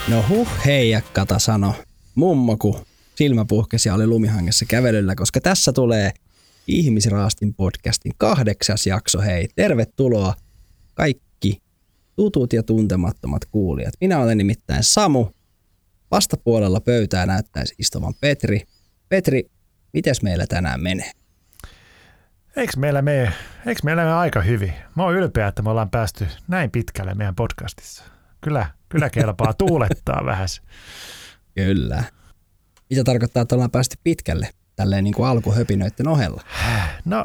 No heijakkata sano mummo, kun silmä puhkesi ja oli lumihangessa kävelyllä, koska tässä tulee Ihmisraastin podcastin 8. jakso. Hei, tervetuloa kaikki tutut ja tuntemattomat kuulijat. Minä olen nimittäin Samu. Vastapuolella pöytää näyttäisi istuvan Petri. Petri, mites meillä tänään menee? Eikö meillä mene aika hyvin? Mä oon ylpeä, että me ollaan päästy näin pitkälle meidän podcastissa. Kyllä kelpaa tuulettaa vähän. Kyllä. Mitä tarkoittaa, että ollaan päästy pitkälle tälleen niin kuin alkuhöpinöiden ohella? No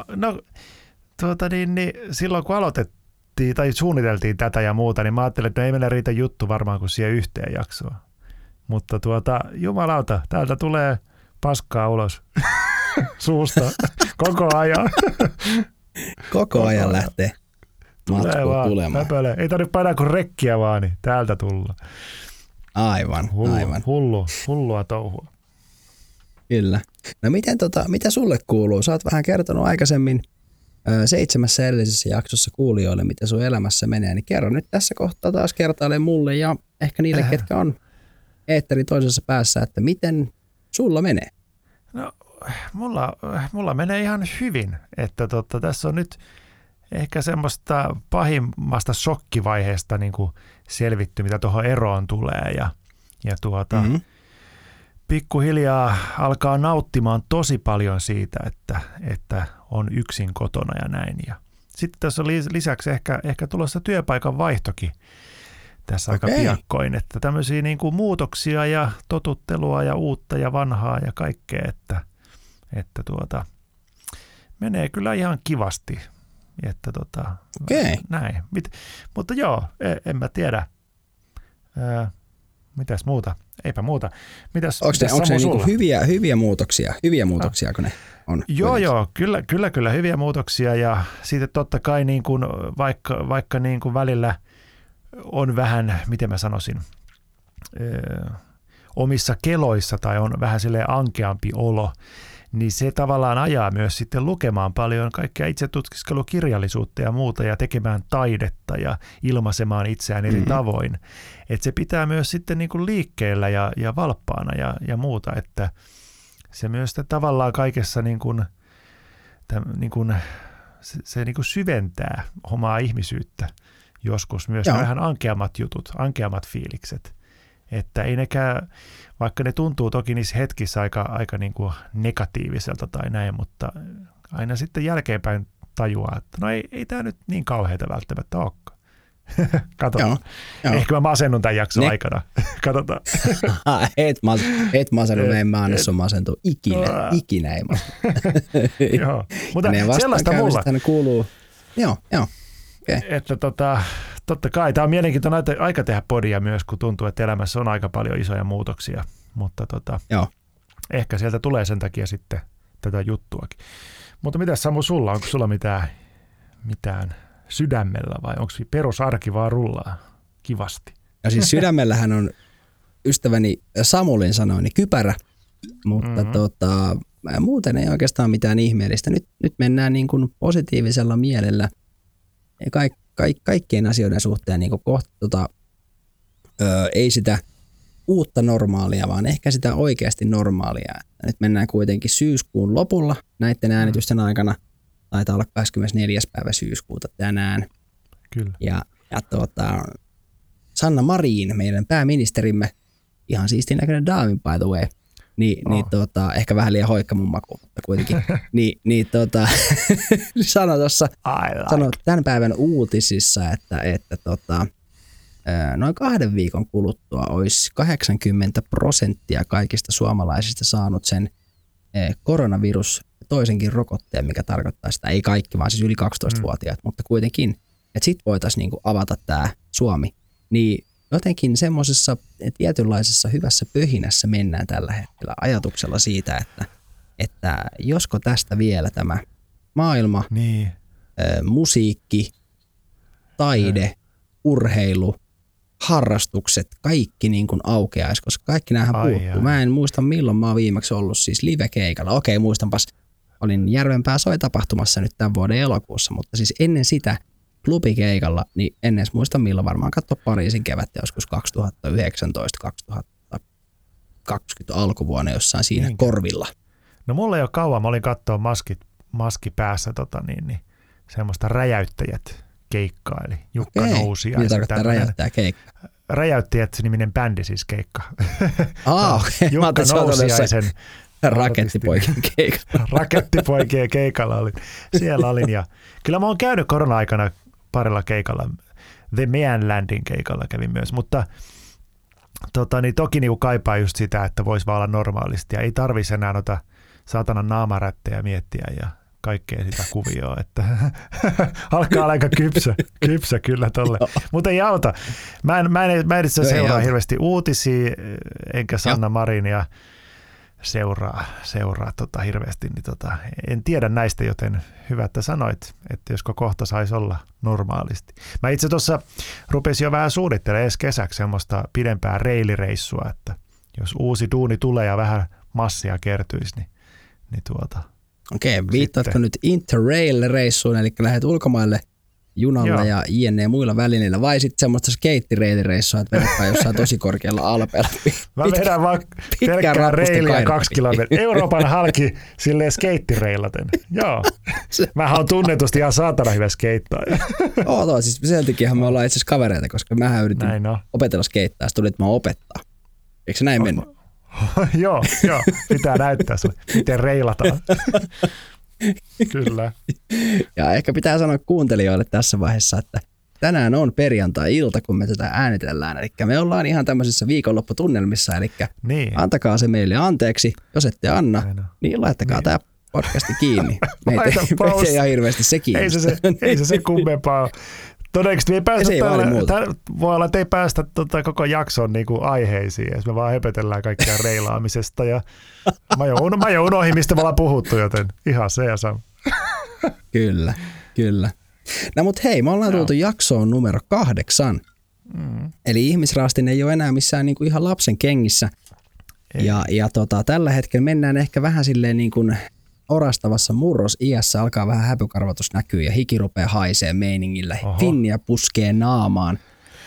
silloin kun aloitettiin tai suunniteltiin tätä ja muuta, niin mä ajattelin, että ei meillä riitä juttu varmaan kuin siihen yhteen jaksoon. Mutta jumalauta, täältä tulee paskaa ulos suusta koko ajan. Koko ajan lähtee tulee vaan tulemaan. Ei tarvitse painaa kuin rekkiä vaan, niin täältä tullaan. Aivan. Hullua touhua. Kyllä. No mitä sulle kuuluu? Sä oot vähän kertonut aikaisemmin 7 edellisessä jaksossa kuulijoille, mitä sun elämässä menee, niin kerro nyt tässä kohtaa taas kertaalleen mulle ja ehkä niille, ketkä on eetterin toisessa päässä, että miten sulla menee? No, mulla menee ihan hyvin, että tässä on nyt ehkä semmoista pahimmasta shokkivaiheesta niin kuin selvitty, mitä tuohon eroon tulee ja pikkuhiljaa alkaa nauttimaan tosi paljon siitä, että on yksin kotona ja näin. Ja sitten tässä on lisäksi ehkä tulossa työpaikan vaihtokin tässä aika piakkoin, että tämmöisiä niin kuin muutoksia ja totuttelua ja uutta ja vanhaa ja kaikkea, että menee kyllä ihan kivasti. Että näin. Mutta joo, en mä tiedä. Mitäs muuta? Eipä muuta. Onko ne niinku hyviä muutoksia? Hyviä muutoksia, kun ne on? Joo, kyllä hyviä muutoksia ja sitten totta kai niin kuin, vaikka niin kuin välillä on vähän, miten mä sanoisin, omissa keloissa tai on vähän silleen ankeampi olo, niin se tavallaan ajaa myös sitten lukemaan paljon kaikkea itsetutkiskelukirjallisuutta ja muuta ja tekemään taidetta ja ilmaisemaan itseään eri tavoin. Että se pitää myös sitten niin kuin liikkeellä ja valppaana ja muuta, että se myös tavallaan kaikessa niin kuin se niin kuin syventää omaa ihmisyyttä joskus myös vähän ankeammat jutut, ankeammat fiilikset. Että ei nekään, vaikka ne tuntuu toki niissä hetkissä aika niin kuin negatiiviselta tai näin, mutta aina sitten jälkeenpäin tajuaa, että no ei tämä nyt niin kauheita välttämättä olekaan. Katsotaan. Ehkä mä masennun tämän jakson aikana. Katsotaan. et masennu, en mä anna sun masentua ikinä ei masennu. Joo, mutta sellaista mulla. Kuuluu. Joo. Okay. Että totta kai, tämä on mielenkiintoinen aika tehdä podia myös, kun tuntuu, että elämässä on aika paljon isoja muutoksia, mutta ehkä sieltä tulee sen takia sitten tätä juttuakin. Mutta mitäs Samu sulla, onko sulla mitään sydämellä vai onko perusarki vaan rullaa kivasti? Ja siis sydämellähän on ystäväni Samulin sanoini kypärä, mutta muuten ei oikeastaan mitään ihmeellistä. Nyt mennään niin kuin positiivisella mielellä kaikkien asioiden suhteen niin kohta ei sitä uutta normaalia, vaan ehkä sitä oikeasti normaalia. Nyt mennään kuitenkin syyskuun lopulla näiden äänitysten aikana. Taitaa olla 24. päivä syyskuuta tänään. Kyllä. Ja Sanna Marin, meidän pääministerimme, ihan siistin näköinen daami by the way, ehkä vähän liian hoikka mun maku, mutta kuitenkin, sanoi tämän päivän uutisissa, että noin 2 viikon kuluttua olisi 80% kaikista suomalaisista saanut sen koronavirus toisenkin rokotteen, mikä tarkoittaa sitä, ei kaikki, vaan siis yli 12-vuotiaat, mutta kuitenkin, että sit voitaisiin niinku avata tämä Suomi, niin jotenkin semmoisessa tietynlaisessa hyvässä pöhinässä mennään tällä hetkellä ajatuksella siitä, että josko tästä vielä tämä maailma, musiikki, taide, urheilu, harrastukset, kaikki niin kuin aukeaisi, koska kaikki näähän puuttuu. Mä en muista milloin mä oon viimeksi ollut siis live-keikalla. Okei, muistanpas, olin Järvenpää soi -tapahtumassa nyt tämän vuoden elokuussa, mutta siis ennen sitä klubikeikalla, niin en edes muista milloin, varmaan katsoa Pariisin kevättä joskus 2019-2020 alkuvuonna jossain siinä korvilla. No mulla ei ole kauan, mä olin katsoa maski päässä semmoista räjäyttäjät keikkaa, eli Jukka Nousiaisen. Mitä tarkoittaa räjäyttää keikka? Räjäyttäjät-niminen bändi siis keikka. Okei. Jukka Nousiaisen Rakettipoikien keikalla. Rakettipoikien keikalla olin. Siellä olin ja kyllä mä oon käynyt korona-aikana parilla keikalla. The Meanlandin keikalla kävin myös, mutta toki niinku kaipaa just sitä, että voisi vaan olla normaalisti ja ei tarvitsisi enää noita saatanan naamarättejä miettiä ja kaikkea sitä kuvioa, että alkaa olla aika kypsä kyllä tolle. Mutta ei auta. Mä en itse seuraa hirveästi uutisia, enkä Sanna Marinia seuraa hirveästi. Niin en tiedä näistä, joten hyvä, että sanoit, että josko kohta saisi olla normaalisti. Mä itse tuossa rupesin jo vähän suunnittelemaan edes kesäksi semmoista pidempää reilireissua, että jos uusi duuni tulee ja vähän massia kertyisi, niin Okei, viittaatko nyt Interrail-reissuun, eli lähdet ulkomaille junalla ja jne. Muilla välineillä, vai sitten semmoista skeittireilireissua, että vedetään jossain tosi korkealla alpeella. Mä vedän vaan pelkkää reilia 2 kilometriä. Euroopan halki silleen skeittireilaten. Joo. Mähän on tunnetusti ihan saatana hyvä skeittaaja. Siis sen takiahan me ollaan itse asiassa kavereita, koska mähän yritin opetella skeittaa, sitten tuli, että mä opettaa. Eikö se näin mennyt? Joo, pitää näyttää sulle, miten reilataan. Kyllä. Ja ehkä pitää sanoa kuuntelijoille tässä vaiheessa, että tänään on perjantai-ilta, kun me tätä äänitellään. Eli me ollaan ihan tämmöisissä viikonlopputunnelmissa, eli antakaa se meille anteeksi. Jos ette anna, niin laittakaa tämä podcasti kiinni. Meitä ei ihan hirveästi se kiinnostaa. Ei se kummempaa. Todennäköisesti me ei päästä voi olla, että ei päästä koko jakson niinku aiheisiin, jos me vaan höpötellään kaikkea reilaamisesta ja mä jo unohdin, mistä me ollaan puhuttu, joten ihan se ja sama. Kyllä. No mut hei, me ollaan tultu jaksoon numero 8. Eli ihmisraastin ei ole enää missään niinku ihan lapsen kengissä. Ja tällä hetkellä mennään ehkä vähän silleen niin kuin orastavassa murrosiässä, alkaa vähän häpykarvatus näkyy ja hiki rupeaa haisee meiningillä. Finniä puskee naamaan.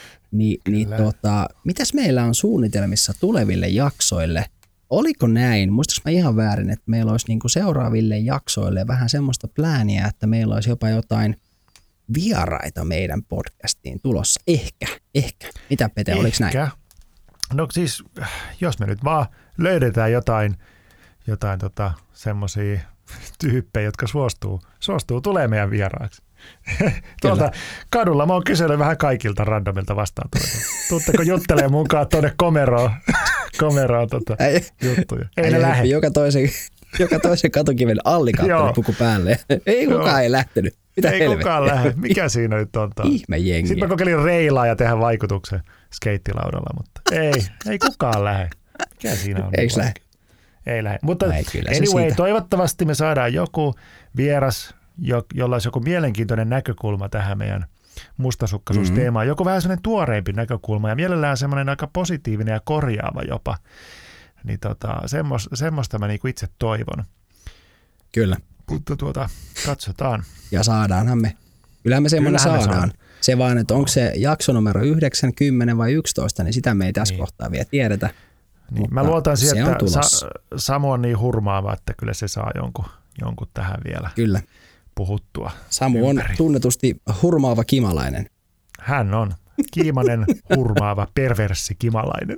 Mitäs meillä on suunnitelmissa tuleville jaksoille? Oliko näin? Muistatko mä ihan väärin, että meillä olisi niinku seuraaville jaksoille vähän semmoista plääniä, että meillä olisi jopa jotain vieraita meidän podcastiin tulossa? Ehkä. Mitä Pete, oliko näin? No siis, jos me nyt vaan löydetään jotain semmoisia tyyppejä, jotka suostuu tulee meidän vieraaksi. Tuolta kadulla mä oon kysellyt vähän kaikilta randomilta vastaan. Tuutteko juttelemaan munkaan tuonne komeroon juttuja? Ei ne lähde. Joka toisen katukiven allikaattoripuku päälle. Ei kukaan ei lähtenyt. Mitä ei kukaan lähde. Mikä siinä nyt on? Ihme jengiä. Sitten mä kokeilin reilaa ja tehdä vaikutuksen skeittilaudalla, mutta ei kukaan lähde. Mikä siinä on? Eikö lähde? Ei lähde. Mutta anyway, toivottavasti me saadaan joku vieras, jolla olisi joku mielenkiintoinen näkökulma tähän meidän mustasukkaisuusteemaan. Joku vähän sellainen tuoreempi näkökulma ja mielellään semmoinen aika positiivinen ja korjaava jopa. Niin semmoista mä niinku itse toivon. Kyllä. Mutta katsotaan. Ja saadaanhan me. Kyllähän me semmoinen saadaan. Se vaan, että onko se jakso numero 9, 10 vai 11, niin sitä me ei tässä kohtaa vielä tiedetä. Niin, mä luotan siihen, että Samu on niin hurmaava, että kyllä se saa jonkun tähän vielä puhuttua. Samu on tunnetusti hurmaava kimalainen. Hän on kiimainen, hurmaava, perverssi kimalainen.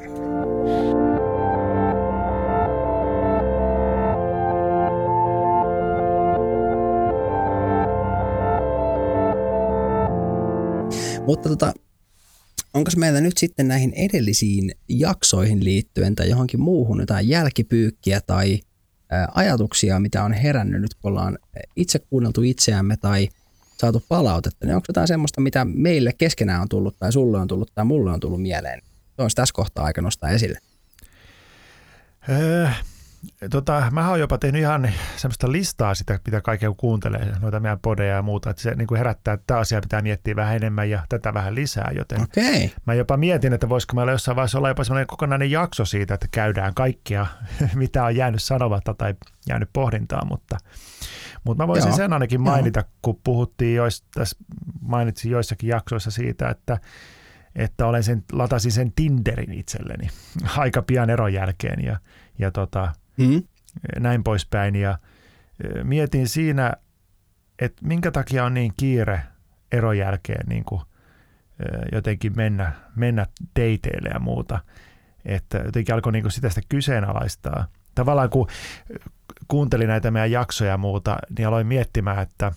Mutta onko meillä nyt sitten näihin edellisiin jaksoihin liittyen tai johonkin muuhun jotain jälkipyykkiä tai ajatuksia, mitä on herännyt nyt, kun ollaan itse kuunneltu itseämme tai saatu palautetta, niin onko jotain semmoista, mitä meille keskenään on tullut tai sulle on tullut tai mulle on tullut mieleen? Se olisi tässä kohtaa aika nostaa esille. Mä oon jopa tehnyt ihan semmoista listaa sitä, mitä kaikkea kuuntelee, noita meidän podeja ja muuta, että se niin kuin herättää, että tämä asia pitää miettiä vähän enemmän ja tätä vähän lisää, joten mä jopa mietin, että voisiko meillä jossain vaiheessa olla jopa semmoinen kokonainen jakso siitä, että käydään kaikkia, mitä on jäänyt sanomatta tai jäänyt pohdintaan, mutta mä voisin sen ainakin mainita, kun puhuttiin mainitsin joissakin jaksoissa siitä, että latasin sen Tinderin itselleni aika pian eron jälkeen ja näin poispäin. Ja mietin siinä, että minkä takia on niin kiire eron jälkeen niin kuin jotenkin mennä dateille ja muuta. Että jotenkin alkoi niin kuin sitä kyseenalaistaa. Tavallaan kun kuuntelin näitä meidän jaksoja ja muuta, niin aloin miettimään, että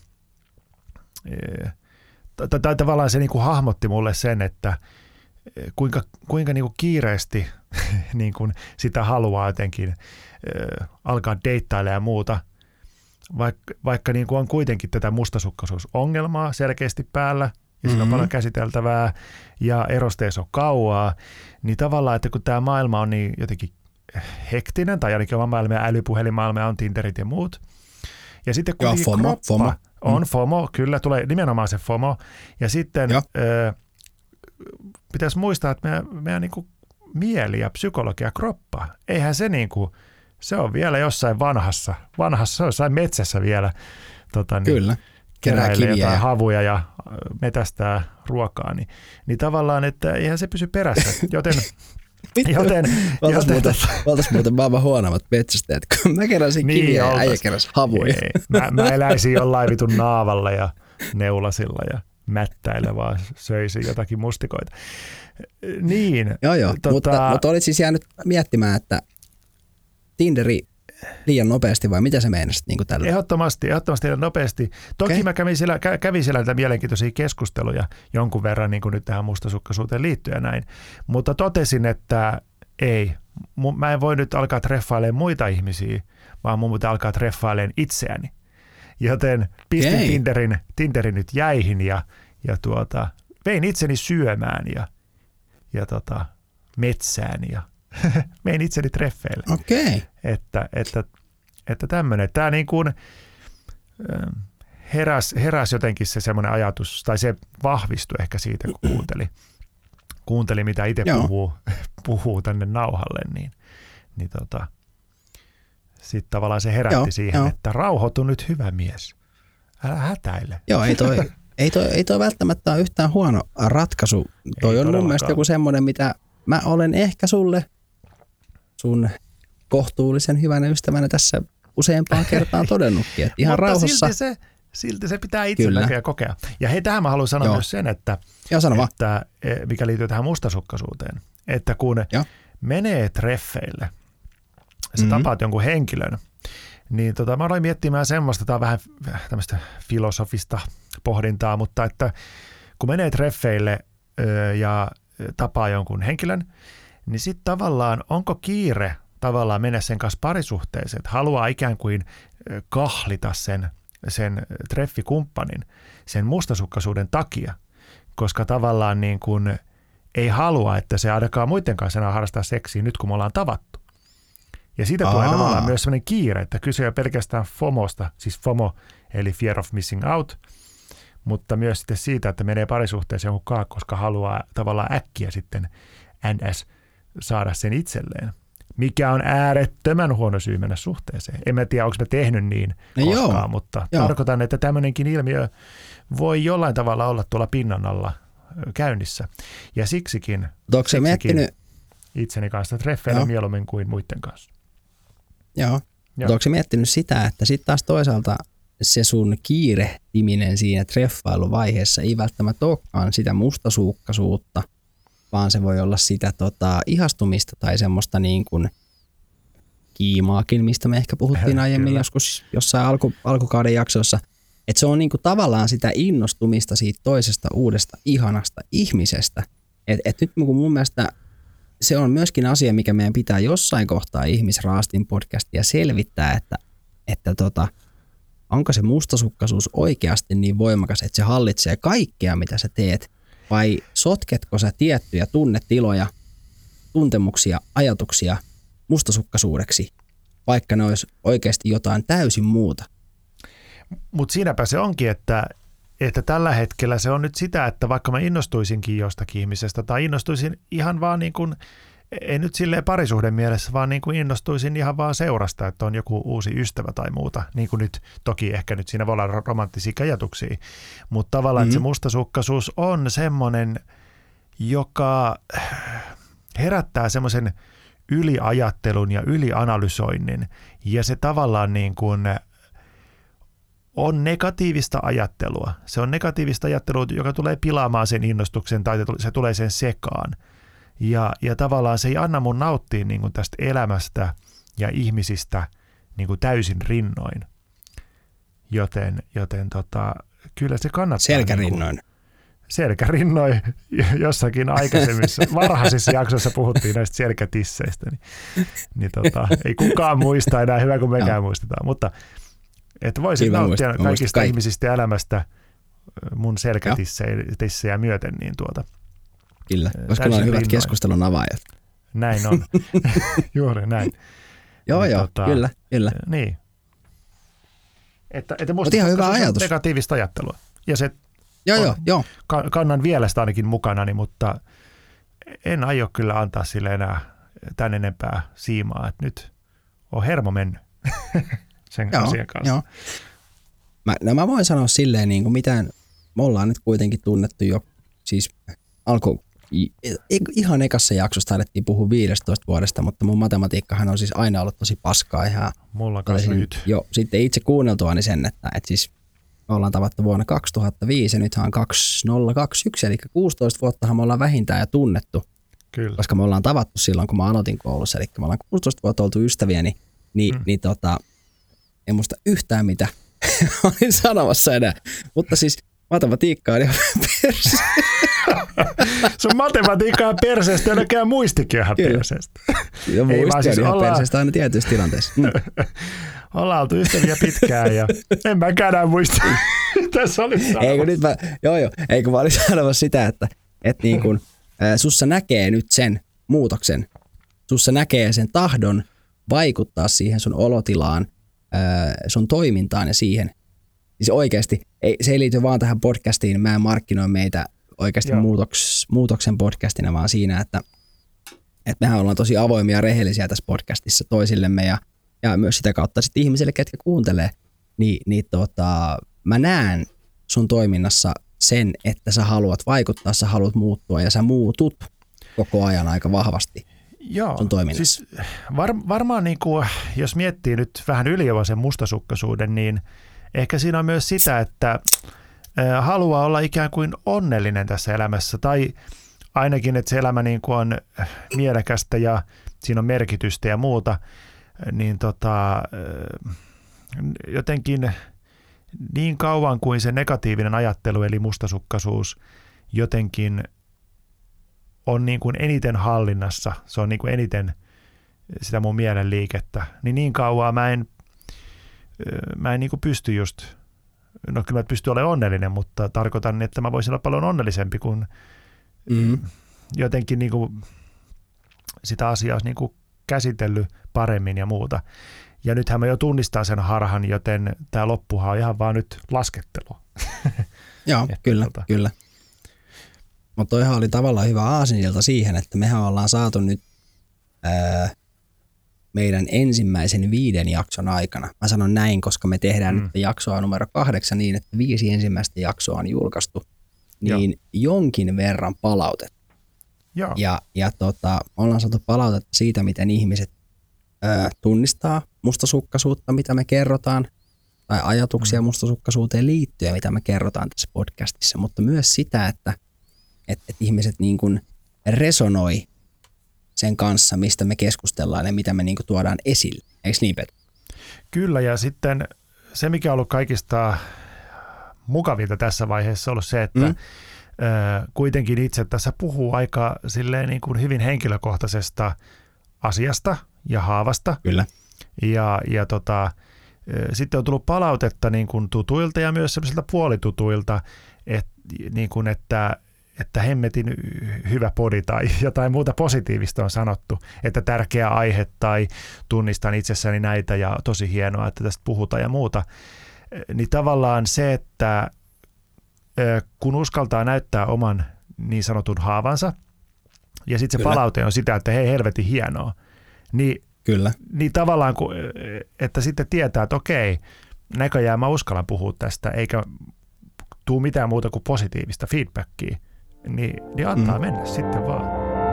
tavallaan se niin kuin hahmotti mulle sen, että kuinka niin kuin kiireesti niin kuin sitä haluaa jotenkin alkaa deittailemaan ja muuta, vaikka niin kuin on kuitenkin tätä mustasukkaisuusongelmaa selkeästi päällä, ja siinä on paljon käsiteltävää, ja erosteessa on kauaa, niin tavallaan, että kun tämä maailma on niin jotenkin hektinen, tai ainakin oma maailma ja älypuhelimaailma on Tinderit ja muut, ja sitten kuitenkin FOMO. On FOMO, kyllä, tulee nimenomaan se FOMO, ja sitten pitäisi muistaa, että meidän niin kuin mieli ja psykologia kroppa, eihän se niin kuin, se on vielä jossain vanhassa jossain metsässä vielä. Kyllä, kerää kiviä jotain havuja ja metästää ruokaa, niin tavallaan, että eihän se pysy perässä, joten Oltaisiin muuten maailman huonommat metsästäjät, kun mä keräsin kiviä ja äijä keräsi havuja. Mä eläisin jollain vitun naavalla ja neulasilla ja mättäillä vaan söisin jotakin mustikoita. Niin. Joo. Mutta olit siis jäänyt miettimään, että Tinderi liian nopeasti vai mitä se meinasit niin tällä? Ehdottomasti liian nopeasti. Toki mä kävin siellä näitä mielenkiintoisia keskusteluja jonkun verran niin kuin nyt tähän mustasukkaisuuteen liittyen ja näin, mutta totesin, että ei. Mä en voi nyt alkaa treffailemaan muita ihmisiä, vaan mun pitää alkaa treffailemaan itseäni. Joten pistin Tinderin nyt jäihin ja vein itseni syömään ja metsään ja mein itseni treffeille. Okei. Että tämmöinen. Tämä niin kuin heräsi jotenkin se semmoinen ajatus, tai se vahvistui ehkä siitä, kun kuunteli mitä itse puhuu tänne nauhalle, niin sitten tavallaan se herätti siihen, että rauhoitu nyt hyvä mies. Älä hätäile. Joo, ei toi välttämättä ole yhtään huono ratkaisu. Toi on mun mielestä joku semmoinen, mitä mä olen ehkä sulle sun kohtuullisen hyvänä ystävänä tässä useampaan kertaan todennutkin, että ihan rauhassa. Silti se pitää itse näköjään kokea. Ja hei, tähän mä haluan sanoa myös sen, että mikä liittyy tähän mustasukkaisuuteen, että kun menee treffeille, sä tapaat jonkun henkilön, niin mä aloin miettimään semmoista, tämä on vähän tämmöistä filosofista pohdintaa, mutta että kun menee treffeille ja tapaa jonkun henkilön, niin sitten tavallaan onko kiire tavallaan mennä sen kanssa parisuhteeseen, että haluaa ikään kuin kahlita sen treffikumppanin sen mustasukkaisuuden takia, koska tavallaan niin kuin ei halua, että se ainakaan muiden kanssa enää harrastaa seksiä nyt, kun me ollaan tavattu. Ja siitä tulee tavallaan myös sellainen kiire, että kyse ei pelkästään FOMOsta, siis FOMO eli fear of missing out, mutta myös sitten siitä, että menee parisuhteeseen jonkun kanssa, koska haluaa tavallaan äkkiä sitten NS saada sen itselleen. Mikä on äärettömän huono syy mennä suhteeseen. En mä tiedä, onko mä tehnyt niin koskaan, mutta tarkoitan, että tämmöinenkin ilmiö voi jollain tavalla olla tuolla pinnan alla käynnissä. Ja siksikin itseni kanssa treffeillä mieluummin kuin muiden kanssa. Joo. Onko se miettinyt sitä, että sitten taas toisaalta se sun kiirehtiminen siinä treffailuvaiheessa ei välttämättä olekaan sitä mustasukkaisuutta, vaan se voi olla sitä ihastumista tai semmoista niin kuin kiimaakin, mistä me ehkä puhuttiin aiemmin joskus jossain alkukauden jaksossa. Että se on niin kuin tavallaan sitä innostumista siitä toisesta uudesta ihanasta ihmisestä. Et nyt mun mielestä se on myöskin asia, mikä meidän pitää jossain kohtaa Ihmisraastin podcastia selvittää, että onko se mustasukkaisuus oikeasti niin voimakas, että se hallitsee kaikkea, mitä sä teet, vai sotketko sä tiettyjä tunnetiloja, tuntemuksia, ajatuksia mustasukkaisuudeksi vaikka ne olisi oikeasti jotain täysin muuta. Mutta siinäpä se onkin, että tällä hetkellä se on nyt sitä, että vaikka mä innostuisinkin jostakin ihmisestä tai innostuisin ihan vaan niin kuin, ei nyt silleen parisuhden mielessä, vaan niin kuin innostuisin ihan vaan seurasta, että on joku uusi ystävä tai muuta. Niin kuin nyt, toki ehkä nyt siinä voi olla romanttisia ajatuksia, mutta tavallaan että se mustasukkaisuus on semmoinen, joka herättää semmoisen yliajattelun ja ylianalysoinnin ja se tavallaan niin kuin on negatiivista ajattelua. Se on negatiivista ajattelua, joka tulee pilaamaan sen innostuksen tai se tulee sen sekaan. Ja tavallaan se ei anna mun nauttia niin kuin tästä elämästä ja ihmisistä niin kuin täysin rinnoin. Joten kyllä se kannattaa. Selkärinnoin. Niin selkärinnoin. Jossakin aikaisemmissa varhaisissa jaksoissa puhuttiin näistä selkätisseistä. Ei kukaan muista enää, hyvä kun mekään muistetaan. Mutta että voisin nauttia kaikista ihmisistä elämästä mun selkätissejä myöten. Niin kyllä, koska ne on hyvät keskustelun avaajat. Näin on. Juuri näin. Joo, kyllä. Niin. Että musta ihan hyvä ajatus. Negatiivista ajattelua. Ja se joo. Kannan vielä sitä ainakin mukanani, mutta en aio kyllä antaa sille enää tän enempää siimaa, että nyt on hermo mennyt sen asian kanssa. Joo. Mä voin sanoa silleen, niin kuin mitään, me ollaan nyt kuitenkin tunnettu jo, siis ihan ekassa jaksossa alettiin puhua 15 vuodesta, mutta mun matematiikkahan on siis aina ollut tosi paskaa. Ihan, mulla kanssa nyt. Jo, sitten itse kuunneltuani sen, että siis me ollaan tavattu vuonna 2005 ja nythän on 2021, eli 16 vuottahan me ollaan vähintään jo tunnettu. Kyllä. Koska me ollaan tavattu silloin, kun mä aloitin koulussa, eli me ollaan 16 vuotta oltu ystäviä, en muista yhtään mitä olin sanomassa enää, mutta siis matematiikka on ihan perse. Sun matematiikka on perseestä, älkää muistikin ihan perseestä. Joo, muisti on ihan perseestä aina tietyissä tilanteissa. Ollaan oltu ystäviä pitkään ja en mäkään enää muista. Tässä oli Eikö mä olin sanomassa sitä, että niin kun, sussa näkee nyt sen muutoksen. Sussa näkee sen tahdon vaikuttaa siihen sun olotilaan, sun toimintaan ja siihen. Siis oikeasti, se ei liity vaan tähän podcastiin, mä en markkinoi meitä oikeasti muutoksen podcastina, vaan siinä, että mehän ollaan tosi avoimia ja rehellisiä tässä podcastissa toisillemme ja myös sitä kautta sitten ihmisille, ketkä kuuntelee, mä näen sun toiminnassa sen, että sä haluat vaikuttaa, sä haluat muuttua ja sä muutut koko ajan aika vahvasti sun toiminnassa. Siis varmaan niin kuin, jos miettii nyt vähän ylijuovaisen mustasukkaisuuden, niin ehkä siinä on myös sitä, että haluaa olla ikään kuin onnellinen tässä elämässä tai ainakin, että se elämä niin kuin on mielekästä ja siinä on merkitystä ja muuta, niin jotenkin niin kauan kuin se negatiivinen ajattelu eli mustasukkaisuus jotenkin on niin kuin eniten hallinnassa, se on niin kuin eniten sitä mun mielen liikettä, niin kauan mä en niin kuin pysty just, no kyllä mä pystyn olemaan onnellinen, mutta tarkoitan, että mä voisin olla paljon onnellisempi, kun jotenkin niin kuin sitä asiaa niin kuin käsitellyt paremmin ja muuta. Ja nythän mä jo tunnistan sen harhan, joten tämä loppuhan on ihan vaan nyt laskettelua. Joo, kyllä. Mutta toihan oli tavallaan hyvä aasinsilta siihen, että mehän ollaan saatu nyt meidän ensimmäisen 5 jakson aikana. Mä sanon näin, koska me tehdään nyt jaksoa numero 8 niin, että 5 ensimmäistä jaksoa on julkaistu, niin jonkin verran palautetta. Joo. Ja ollaan saatu palautetta siitä, miten ihmiset tunnistaa mustasukkaisuutta, mitä me kerrotaan, tai ajatuksia mustasukkaisuuteen liittyen, mitä me kerrotaan tässä podcastissa, mutta myös sitä, että ihmiset niin kuin resonoi sen kanssa, mistä me keskustellaan ja mitä me niin kuin tuodaan esille. Eikö niin, Peter? Kyllä, ja sitten se, mikä on ollut kaikista mukavinta tässä vaiheessa, on ollut se, että kuitenkin itse tässä puhuu aika silleen niin kuin hyvin henkilökohtaisesta asiasta ja haavasta. Kyllä. Ja sitten on tullut palautetta niin kuin tutuilta ja myös sellaisilta puolitutuilta, että että hemmetin hyvä podi tai jotain muuta positiivista on sanottu, että tärkeä aihe tai tunnistan itsessäni näitä ja tosi hienoa, että tästä puhutaan ja muuta, niin tavallaan se, että kun uskaltaa näyttää oman niin sanotun haavansa ja sitten se palaute on sitä, että hei helvetin hienoa, niin, niin tavallaan, että sitten tietää, että okei, näköjään mä uskallan puhua tästä, eikä tuu mitään muuta kuin positiivista feedbackia, niin antaa mennä sitten vaan.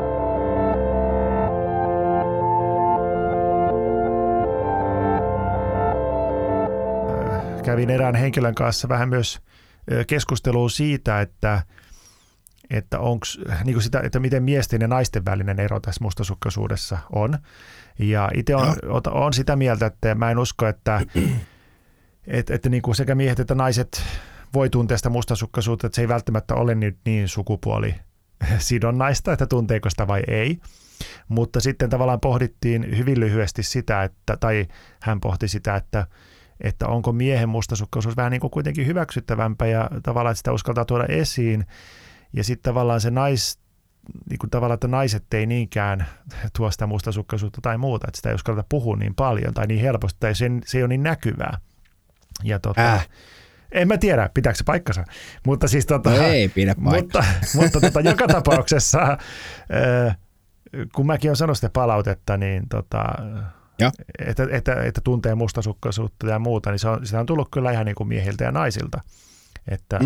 Kävin erään henkilön kanssa vähän myös keskustelua siitä, että onks, niin kuin sitä, että miten miesten ja naisten välinen ero tässä mustasukkaisuudessa on. Ja itse on sitä mieltä, että mä en usko, että niin kuin sekä miehet että naiset voi tuntea sitä mustasukkaisuutta, että se ei välttämättä ole niin sukupuolisidonnaista, että tunteeko sitä vai ei. Mutta sitten tavallaan pohdittiin hyvin lyhyesti sitä, tai hän pohti sitä, että onko miehen mustasukkaisuus vähän niin kuin kuitenkin hyväksyttävämpää ja tavallaan, että sitä uskaltaa tuoda esiin. Ja sitten tavallaan se niin kuin tavallaan, että naiset ei niinkään tuo sitä mustasukkaisuutta tai muuta, että sitä ei uskalleta puhua niin paljon tai niin helposti, tai se ei ole niin näkyvää. Ja en mä tiedä, pitääkö se paikkansa, mutta siis ei pidä paikkaa. mutta joka tapauksessa, kun mäkin olen sanonut sitä palautetta, niin että tuntee mustasukkaisuutta ja muuta, niin sitä on tullut kyllä ihan niin kuin miehiltä ja naisilta, että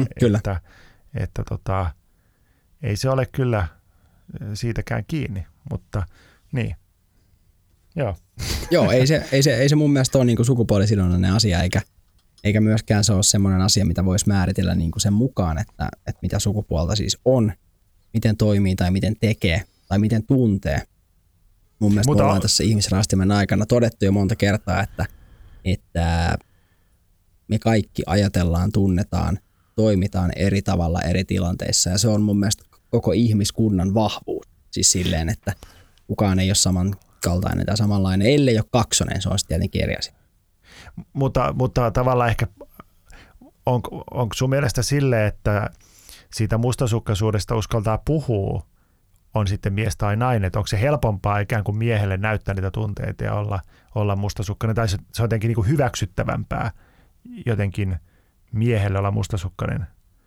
ei se ole kyllä siitäkään kiinni, mutta niin. Joo. Joo, ei se mun mielestä ole niin kuin sukupuolisidonnainen asia, eikä myöskään se ole semmoinen asia, mitä voisi määritellä niin kuin sen mukaan, että mitä sukupuolta siis on, miten toimii tai miten tekee tai miten tuntee. Mun mielestä me ollaan tässä ihmisrastimen aikana todettu jo monta kertaa, että me kaikki ajatellaan, tunnetaan, toimitaan eri tavalla eri tilanteissa ja se on mun mielestä koko ihmiskunnan vahvuus. Siis silleen, että kukaan ei ole samankaltainen tai samanlainen, ellei ole kaksonen, se on sitten tietenkin eri asia. Mutta tavallaan ehkä, onko sun mielestä sille, että siitä mustasukkaisuudesta uskaltaa puhua, on sitten mies tai nainen, että onko se helpompaa ikään kuin miehelle näyttää niitä tunteita ja olla mustasukkainen, tai se on jotenkin niin kuin hyväksyttävämpää jotenkin miehelle olla mustasukkainen?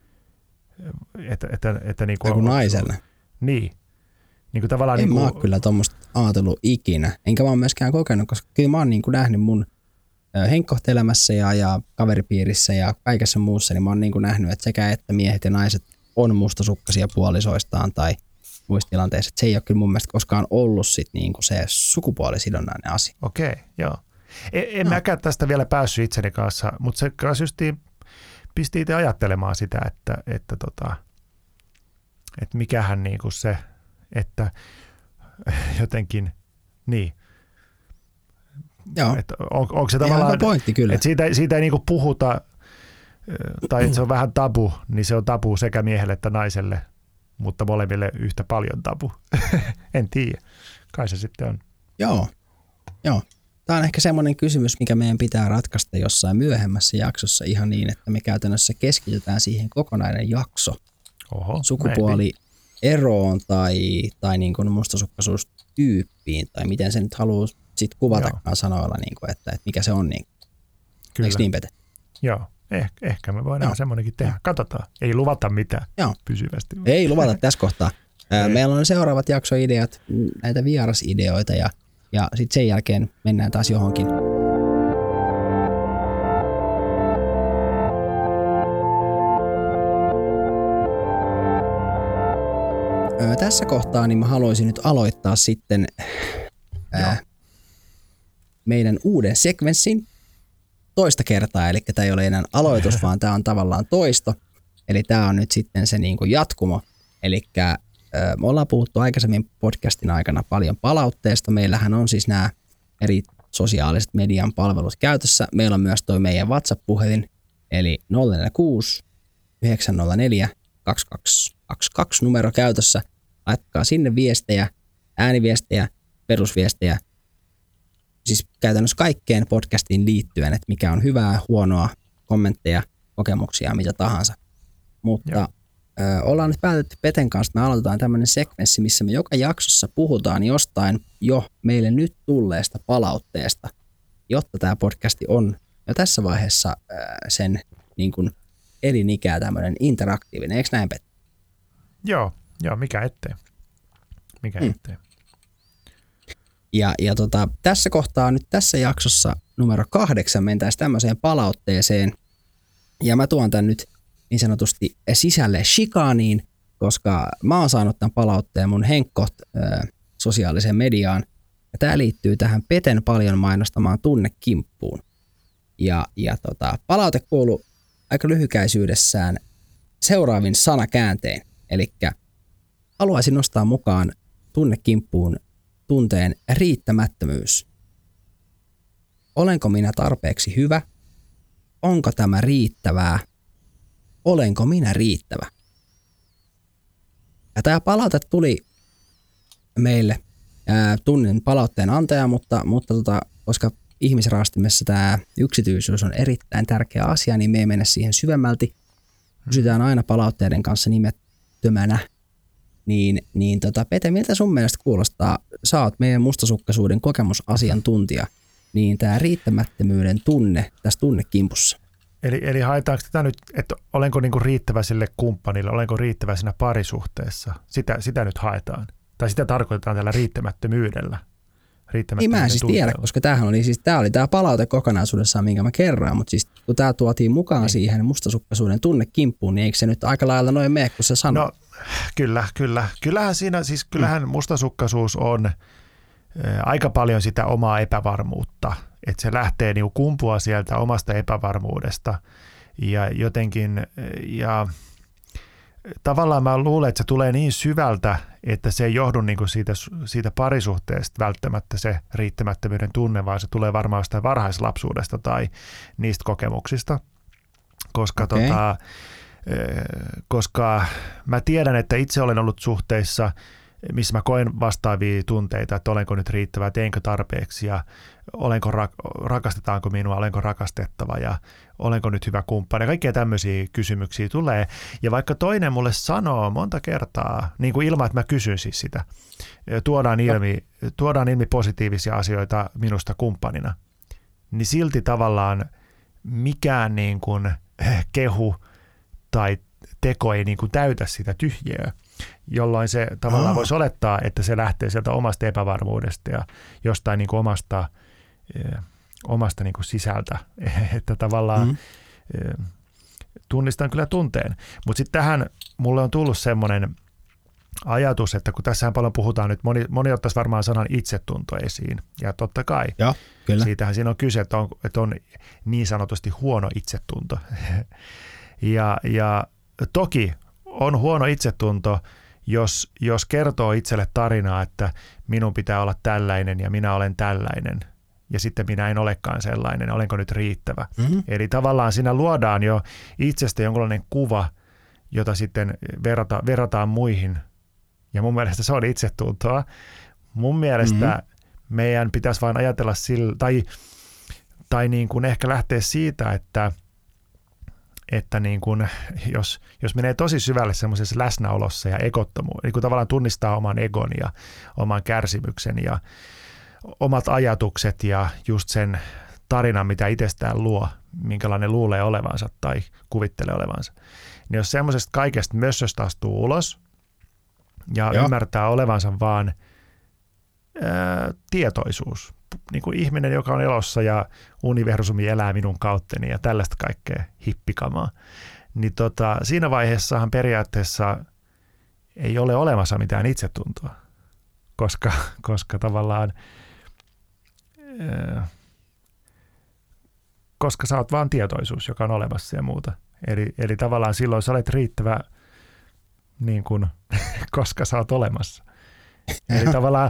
Että niin kuin naiselle? Niin. Niin kuin tavallaan en niin kuin mä ole kyllä tuommoista ajatellut ikinä, enkä mä ole myöskään kokenut, koska kyllä mä oon niin kuin nähnyt mun henkkohteelämässä ja kaveripiirissä ja kaikessa muussa, niin mä oon niin kuin nähnyt, että sekä että miehet ja naiset on mustasukkaisia puolisoistaan tai muissa tilanteissa, että se ei ole kyllä mun mielestä koskaan ollut sit niin kuin se sukupuolisidonnainen asia. Okei, joo. En mäkään tästä vielä päässyt itseni kanssa, mutta se kanssa justiin pisti itse ajattelemaan sitä, että mikähän niin kuin se, että jotenkin, niin. Joo. Onko se tavallaan, hyvä pointti kyllä. Että siitä ei niin kuin puhuta, tai että se on vähän tabu, niin se on tabu sekä miehelle että naiselle, mutta molemmille yhtä paljon tabu. En tiedä. Kai se sitten on. Joo. Tämä on ehkä semmoinen kysymys, mikä meidän pitää ratkaista jossain myöhemmässä jaksossa ihan niin, että me käytännössä keskitytään siihen kokonainen jakso sukupuolieroon tai niin kuin mustasukkaisuustyyppiin tai miten se nyt haluaa sitten kuvatakaan sanoilla, niin kuin, että mikä se on. Niin. Kyllä. Eikö niin, Pete? Joo, ehkä me voidaan semmoinenkin tehdä. Katsotaan, ei luvata mitään pysyvästi. Ei luvata tässä kohtaa. Meillä on seuraavat jaksoideat, näitä vierasideoita ja sitten sen jälkeen mennään taas johonkin. Tässä kohtaa niin mä haluaisin nyt aloittaa sitten meidän uuden sekvenssin toista kertaa, eli tämä ei ole enää aloitus, vaan tämä on tavallaan toisto. Eli tämä on nyt sitten se niin kuin jatkumo. Eli me ollaan puhuttu aikaisemmin podcastin aikana paljon palautteesta. Meillähän on siis nämä eri sosiaaliset median palvelut käytössä. Meillä on myös tuo meidän WhatsApp-puhelin, eli 046 904 2222 numero käytössä. Laittakaa sinne viestejä, ääniviestejä, perusviestejä, siis käytännössä kaikkeen podcastiin liittyen, että mikä on hyvää, huonoa, kommentteja, kokemuksia, mitä tahansa. Mutta ollaan nyt päätetty Peten kanssa, että me aloitetaan tämmöinen sekvenssi, missä me joka jaksossa puhutaan jostain jo meille nyt tulleesta palautteesta, jotta tämä podcasti on jo tässä vaiheessa sen niin kuin elinikää tämmöinen interaktiivinen. Eikö näin, Pete? Joo, mikä ettei. Ettei. Ja tässä kohtaa nyt tässä jaksossa numero 8 mentäisiin tämmöiseen palautteeseen. Ja mä tuon tän nyt niin sanotusti sisälle shikaaniin, koska mä oon saanut tämän palautteen mun Henkkoht sosiaaliseen mediaan. Ja tää liittyy tähän Peten paljon mainostamaan tunnekimppuun. Ja palaute kuuluu aika lyhykäisyydessään seuraavin sanakääntein. Elikkä haluaisin nostaa mukaan tunnekimppuun tunteen riittämättömyys. Olenko minä tarpeeksi hyvä? Onko tämä riittävää? Olenko minä riittävä? Ja tämä palaute tuli meille, tunnin palautteen antaja, mutta koska ihmisraastimessa tämä yksityisyys on erittäin tärkeä asia, niin me ei mennä siihen syvemmälti. Pysytään aina palautteiden kanssa nimettömänä. Pete, miltä sun mielestä kuulostaa? Sä oot meidän mustasukkaisuuden kokemusasiantuntija, niin tämä riittämättömyyden tunne tässä tunnekimpussa. Eli haetaanko tätä nyt, että olenko niinku riittävä sille kumppanille, olenko riittävä siinä parisuhteessa? Sitä nyt haetaan. Tai sitä tarkoitetaan tällä riittämättömyydellä. Niin mä en siis tiedä, koska tämä oli tämä palaute kokonaisuudessaan, minkä mä kerroin, mutta siis kun tämä tuotiin mukaan siihen mustasukkaisuuden tunnekimppuun, niin eikö se nyt aika lailla noin mene, kun se sanoo? No kyllä. Kyllähän mustasukkaisuus on aika paljon sitä omaa epävarmuutta, että se lähtee niinku kumpua sieltä omasta epävarmuudesta ja jotenkin, ja tavallaan mä luulen, että se tulee niin syvältä, että se ei johdu niinku siitä parisuhteesta välttämättä se riittämättömyyden tunne, vaan se tulee varmaan sitä varhaislapsuudesta tai niistä kokemuksista, koska mä tiedän, että itse olen ollut suhteissa, missä mä koen vastaavia tunteita, että olenko nyt riittävä, teinkö tarpeeksi ja rakastetaanko minua, olenko rakastettava ja olenko nyt hyvä kumppani. Kaikkia tämmöisiä kysymyksiä tulee. Ja vaikka toinen mulle sanoo monta kertaa, niin kuin ilman, että mä kysyn siis sitä, tuodaan ilmi positiivisia asioita minusta kumppanina, niin silti tavallaan mikään niin kuin kehu tai teko ei niin kuin täytä sitä tyhjiöä, jolloin se tavallaan voisi olettaa, että se lähtee sieltä omasta epävarmuudesta ja jostain niin kuin omasta niin kuin sisältä, että tavallaan tunnistan kyllä tunteen. Mutta sitten tähän mulle on tullut semmoinen ajatus, että kun tässähän paljon puhutaan nyt, moni ottaisi varmaan sanan itsetunto esiin, ja totta kai. Ja, kyllä. Siitähän siinä on kyse, että on niin sanotusti huono itsetunto. Ja toki on huono itsetunto, jos kertoo itselle tarinaa, että minun pitää olla tällainen ja minä olen tällainen ja sitten minä en olekaan sellainen, olenko nyt riittävä. Mm-hmm. Eli tavallaan siinä luodaan jo itsestä jonkinlainen kuva, jota sitten verrataan muihin ja mun mielestä se on itsetuntoa. Mun mielestä meidän pitäisi vain ajatella sillä, tai niin kuin ehkä lähteä siitä, että niin kuin, jos menee tosi syvälle semmoisessa läsnäolossa ja egottomuudessa, niin kuin tavallaan tunnistaa oman egon ja oman kärsimyksen ja omat ajatukset ja just sen tarinan, mitä itsestään luo, minkälainen luulee olevansa tai kuvittelee olevansa. Niin jos semmoisesta kaikesta mössöstä astuu ulos ja ymmärtää olevansa vaan tietoisuus, niin kuin ihminen, joka on elossa ja universumi elää minun kautteni ja tällaista kaikkea hippikamaa, niin siinä vaiheessahan periaatteessa ei ole olemassa mitään itsetuntoa, koska tavallaan koska sä oot vaan tietoisuus, joka on olemassa ja muuta. Eli tavallaan silloin sä olet riittävä niin kuin, koska sä oot olemassa. Eli tavallaan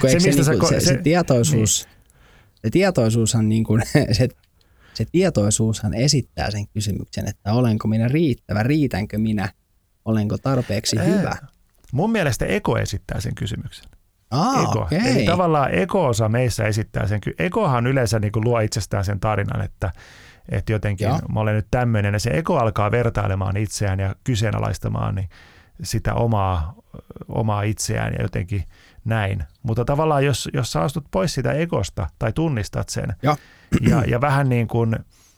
se tietoisuushan niin kuin, se tietoisuushan esittää sen kysymyksen, että olenko minä riittävä, riitänkö minä, olenko tarpeeksi hyvä. Mun mielestä ego esittää sen kysymyksen. Ego. Okay. Eli tavallaan ego-osa meissä esittää sen. Egohan yleensä niin kuin luo itsestään sen tarinan, että jotenkin mä olen nyt tämmöinen, ja se ego alkaa vertailemaan itseään ja kyseenalaistamaan niin sitä omaa itseään ja jotenkin näin. Mutta tavallaan jos sä astut pois sitä egosta tai tunnistat sen ja vähän niin kuin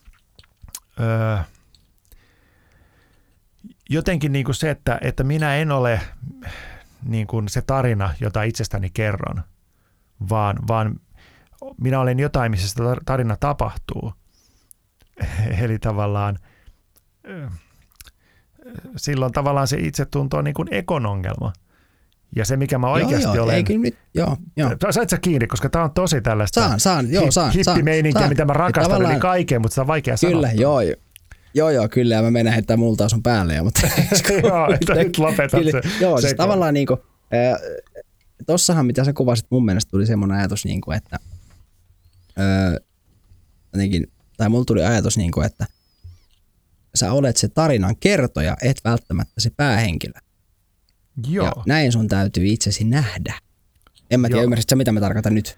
jotenkin niin kuin se, että minä en ole niin kuin se tarina, jota itsestäni kerron, vaan minä olen jotain, missä se tarina tapahtuu. Eli tavallaan silloin tavallaan se itsetunto on niin kuin ekon ongelma. Ja se, mikä mä oikeasti olen... Sait sä kiinni, koska tää on tosi tällaista saan. hippimeininkiä, mitä mä rakastan, eli kaikkea, mutta sitä on vaikea sanoa. Kyllä, joo, kyllä, ja mä menen heittää multaa sun päälle. Mutta nyt lopetat se. Joo, siis tavallaan niin kuin, tossahan, mitä sä kuvasit, mun mielestä tuli semmoinen ajatus, niin kuin, että mulla tuli ajatus, niin kuin, että sä olet se tarinan kertoja, et välttämättä se päähenkilö. Joo. Ja näin sun täytyy itsesi nähdä. En mä tiedä, ymmärsit sä, mitä mä tarkoitan nyt?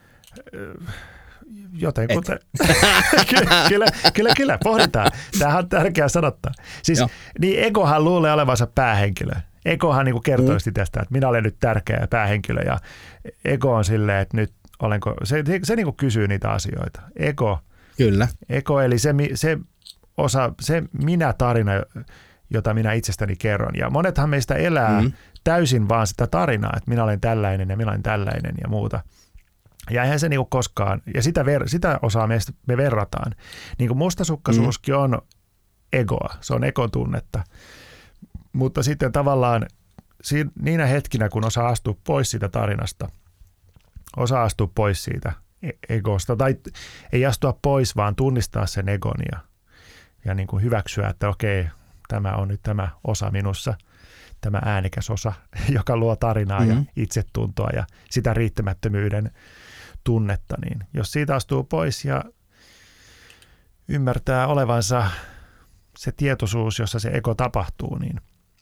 Jotenkuten. Kyllä, pohditaan. Tämähän on tärkeää sanottaa. Siis niin egohan luulee olevansa päähenkilö. Egohan niin kuin kertoo tästä, että minä olen nyt tärkeä päähenkilö, ja ego on silleen, että nyt olenko, se niin kuin kysyy niitä asioita. Ego, eli se minä-tarina, jota minä itsestäni kerron. Ja monethan meistä elää täysin vaan sitä tarinaa, että minä olen tällainen ja minä olen tällainen ja muuta. Ja eihän se niinku koskaan, ja sitä osaa me verrataan. Niin kuin mustasukkaisuuskin on egoa, se on egotunnetta. Mutta sitten tavallaan niinä hetkinä, kun osaa astua pois siitä tarinasta, osaa astua pois siitä egosta, tai ei astua pois, vaan tunnistaa sen egon ja niin kuin hyväksyä, että okei, tämä on nyt tämä osa minussa, tämä äänekäs osa, joka luo tarinaa ja itsetuntoa ja sitä riittämättömyyden tunnetta, niin jos siitä astuu pois ja ymmärtää olevansa se tietoisuus, jossa se ego tapahtuu, niin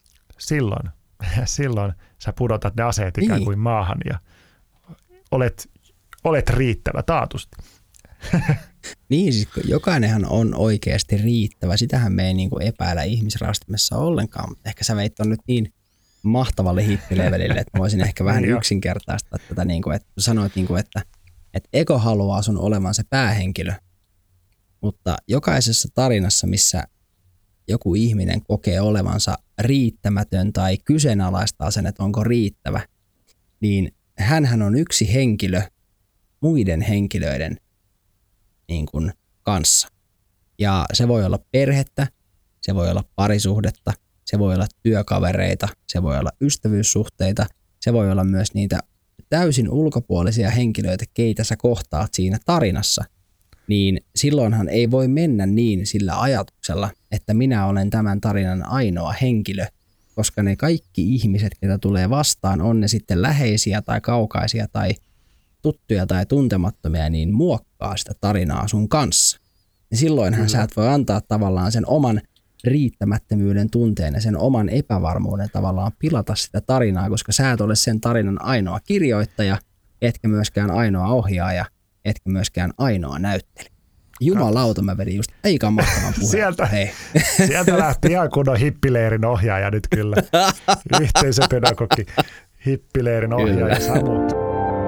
silloin sä pudotat ne aseet ikään kuin maahan ja olet riittävä taatusti. Niin, siis jokainenhan on oikeasti riittävä. Sitähän me ei niin kuin epäillä ihmisrastimessa ollenkaan, mutta ehkä sä veit on nyt niin mahtavalle hippilevelille, että mä voisin ehkä vähän yksinkertaistaa tätä, niin kuin, että sanoit, niin kuin, että ego haluaa sun olevan se päähenkilö, mutta jokaisessa tarinassa, missä joku ihminen kokee olevansa riittämätön tai kyseenalaistaa sen, että onko riittävä, niin hänhän on yksi henkilö muiden henkilöiden niin kuin kanssa. Ja se voi olla perhettä, se voi olla parisuhdetta, se voi olla työkavereita, se voi olla ystävyyssuhteita, se voi olla myös niitä täysin ulkopuolisia henkilöitä, keitä sä kohtaat siinä tarinassa. Niin silloinhan ei voi mennä niin sillä ajatuksella, että minä olen tämän tarinan ainoa henkilö, koska ne kaikki ihmiset, ketä tulee vastaan, on ne sitten läheisiä tai kaukaisia tai tuttuja tai tuntemattomia, niin muokkaa sitä tarinaa sun kanssa. Ja silloinhan sä et voi antaa tavallaan sen oman riittämättömyyden tunteen ja sen oman epävarmuuden tavallaan pilata sitä tarinaa, koska sä et ole sen tarinan ainoa kirjoittaja, etkä myöskään ainoa ohjaaja, etkä myöskään ainoa näyttelijä. Jumalauta, mä vedin just aika mahtavan puheen. Sieltä lähti ihan kunnon hippileirin ohjaaja nyt kyllä. Yhteisöpedagogi, hippileirin ohjaaja Samu.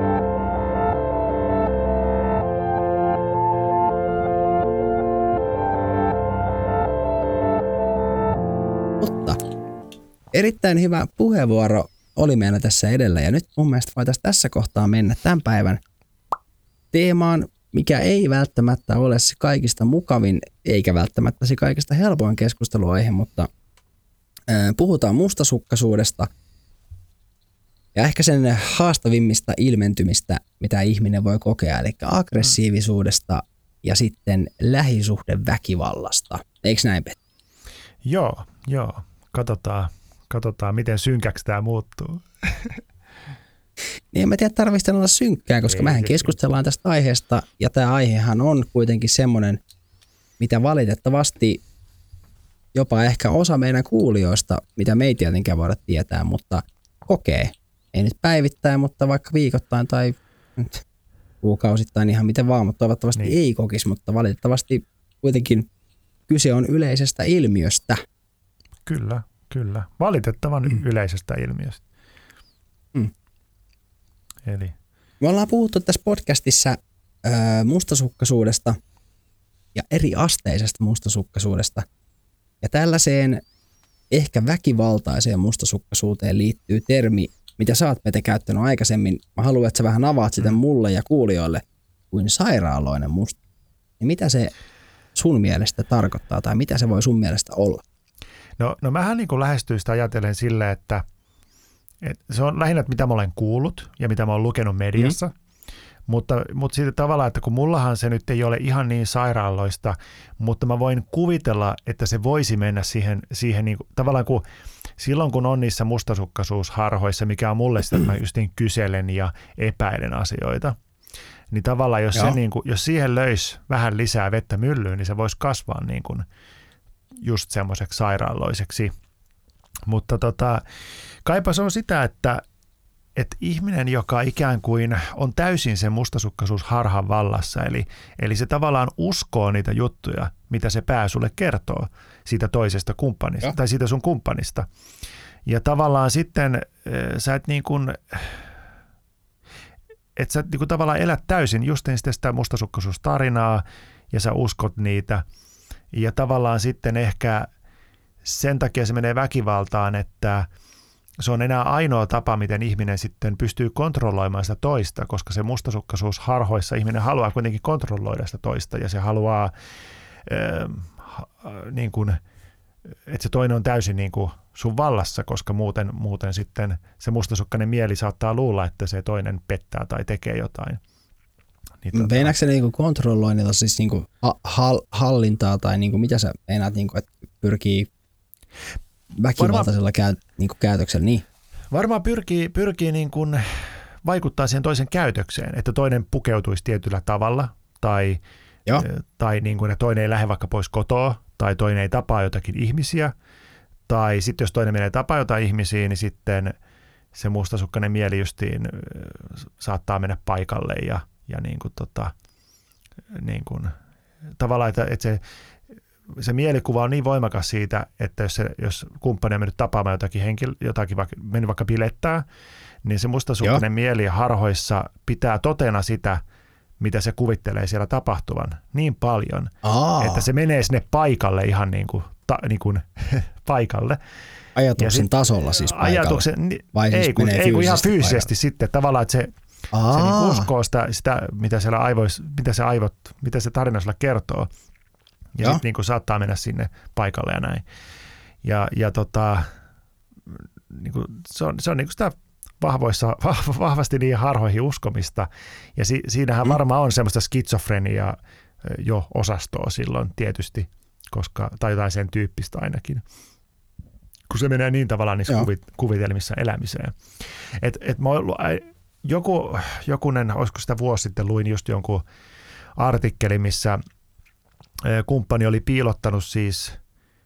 Mutta erittäin hyvä puheenvuoro oli meillä tässä edellä, ja nyt mun mielestä voitaisiin tässä kohtaa mennä tämän päivän teemaan, mikä ei välttämättä ole se kaikista mukavin, eikä välttämättä se kaikista helpoin keskusteluaihe, mutta puhutaan mustasukkaisuudesta ja ehkä sen haastavimmista ilmentymistä, mitä ihminen voi kokea, eli aggressiivisuudesta ja sitten lähisuhdeväkivallasta. Eikö näin, Petteri? Joo. Katsotaan, miten synkäksi tämä muuttuu. Niin en mä tiedä, tarvitsisi olla synkkää, koska mehän keskustellaan tästä aiheesta, ja tämä aihehan on kuitenkin semmoinen, mitä valitettavasti jopa ehkä osa meidän kuulijoista, mitä me ei tietenkään voida tietää, mutta kokee. Ei nyt päivittäin, mutta vaikka viikoittain tai kuukausittain ihan miten vaan, mutta toivottavasti ei kokisi, mutta valitettavasti kuitenkin kyse on yleisestä ilmiöstä. Kyllä. Valitettavan yleisestä ilmiöstä. Eli. Me ollaan puhuttu tässä podcastissa mustasukkaisuudesta ja eri asteisesta mustasukkaisuudesta. Ja tällaiseen ehkä väkivaltaiseen mustasukkaisuuteen liittyy termi, mitä sä oot Pete käyttänyt aikaisemmin. Mä haluan, että sä vähän avaat sitä mulle ja kuulijoille kuin sairaaloinen musta. Ja mitä se sun mielestä tarkoittaa tai mitä se voi sun mielestä olla? No mähän niin kuin lähestyin sitä ajatellen sille, että se on lähinnä, mitä mä olen kuullut ja mitä mä olen lukenut mediassa. Mutta sitten tavallaan, että kun mullahan se nyt ei ole ihan niin sairaaloista, mutta mä voin kuvitella, että se voisi mennä siihen niin kuin, tavallaan kun silloin kun on niissä mustasukkaisuusharhoissa, mikä on mulle sitä, että mä just niin kyselen ja epäilen asioita, niin tavallaan jos, se niin kuin, jos siihen löisi vähän lisää vettä myllyyn, niin se voisi kasvaa niin kuin just semmoiseksi sairaaloiseksi. Mutta kaipa se on sitä, että ihminen, joka ikään kuin on täysin sen mustasukkaisuusharhan vallassa, eli se tavallaan uskoo niitä juttuja, mitä se pää sulle kertoo siitä toisesta kumppanista tai siitä sun kumppanista. Ja tavallaan sitten sä et niin kuin, että sä niin kuin tavallaan elät täysin just sitä mustasukkaisuustarinaa ja sä uskot niitä. Ja tavallaan sitten ehkä sen takia se menee väkivaltaan, että se on enää ainoa tapa, miten ihminen sitten pystyy kontrolloimaan sitä toista, koska se mustasukkaisuusharhoissa ihminen haluaa kuitenkin kontrolloida sitä toista ja se haluaa, niin kuin, että se toinen on täysin niin kuin sun vallassa, koska muuten sitten se mustasukkainen mieli saattaa luulla, että se toinen pettää tai tekee jotain. Niin, meinaatko se niinku kontrolloinnilla siis niinku hallintaa tai niinku mitä sä meinaat, niinku, että pyrkii väkivaltaisella käytöksellä? Niin. Varmaan pyrkii niin kuin vaikuttaa siihen toisen käytökseen, että toinen pukeutuisi tietyllä tavalla tai niin kuin, että toinen ei lähde vaikka pois kotoa tai toinen ei tapaa jotakin ihmisiä tai sitten jos toinen menee tapaa jotain ihmisiä, niin sitten se mustasukkainen mieli justiin saattaa mennä paikalle ja niin kuin niin kuin, tavallaan, että se mielikuva on niin voimakas siitä, että jos kumppani on mennyt tapaamaan jotakin mennyt vaikka bilettää, niin se mustasukkainen mieli harhoissa pitää totena sitä, mitä se kuvittelee siellä tapahtuvan niin paljon, että se menee sinne paikalle ihan niin kuin paikalle. Ajatuksen tasolla siis paikalle? Ei kun ihan fyysisesti paikalle. Sitten tavallaan, että se niin uskoo sitä mitä se tarina sillä kertoo. Ja sitten niin saattaa mennä sinne paikalle ja näin. Ja niin kuin, se on niin kuin sitä vahvasti niihin harhoihin uskomista. Ja siinähän varmaan on semmoista skitsofreniaa jo osastoa silloin tietysti, tai jotain sen tyyppistä ainakin. Kun se menee niin tavallaan niissä kuvitelmissa elämiseen. Jokunen, olisiko sitä vuosi sitten, luin just jonkun artikkelin, missä kumppani oli piilottanut siis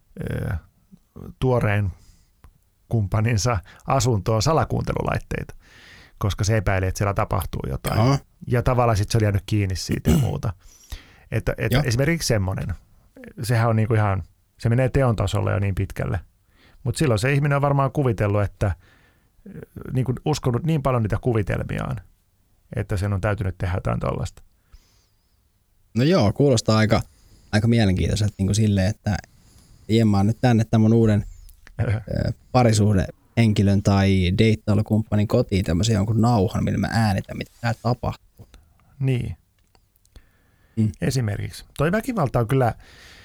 tuoreen kumppaninsa asuntoon salakuuntelulaitteita, koska se epäili, että siellä tapahtuu jotain. Aha. Ja tavallaan sitten se oli jäänyt kiinni siitä ja muuta. Että esimerkiksi semmoinen, sehän on niinku ihan, se menee teon tasolle jo niin pitkälle. Mutta silloin se ihminen on varmaan kuvitellut, että niin kuin uskonut niin paljon niitä kuvitelmiaan, että sen on täytynyt tehdä jotain tollaista. No joo, kuulostaa aika mielenkiintoiselta niin kuin silleen, että jemmaan nyt tänne tämän uuden parisuhdehenkilön tai deittailukumppanin kotiin tämmöisen jonkun nauhan, millä mä äänitän, mitä täällä tapahtuu. Niin. Esimerkiksi. Toi väkivalta on kyllä,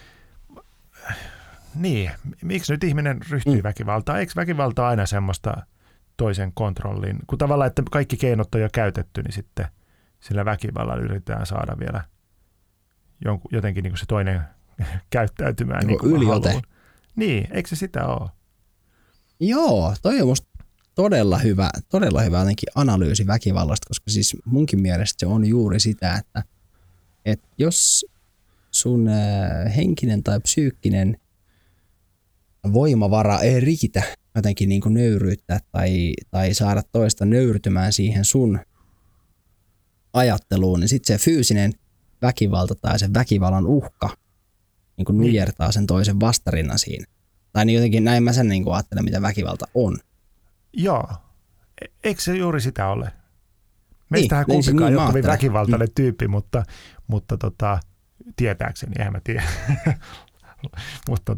niin, miksi nyt ihminen ryhtyy väkivaltaan? Eikö väkivalta aina semmoista toisen kontrollin, kun tavallaan, että kaikki keinot on jo käytetty, niin sitten sillä väkivallalla yritetään saada vielä jotenkin niin kuin se toinen käyttäytymään niin kuin yliote. Niin, eikö se sitä ole? Joo, toi on musta todella hyvä jotenkin analyysi väkivallasta, koska siis munkin mielestä se on juuri sitä, että jos sun henkinen tai psyykkinen voimavara ei riitä jotenkin niin kuin nöyryyttää tai saada toista nöyrtymään siihen sun ajatteluun, niin sitten se fyysinen väkivalta tai se väkivallan uhka niin kuin nujertaa sen toisen vastarinnan siinä. Tai niin jotenkin näin mä sen niin kuin ajattelen, mitä väkivalta on. Joo. Eikö se juuri sitä ole? Meistähän kumpikaan niin, ei ole kovin väkivaltainen tyyppi, mutta tietääkseni, eihän mä tiedä. mutta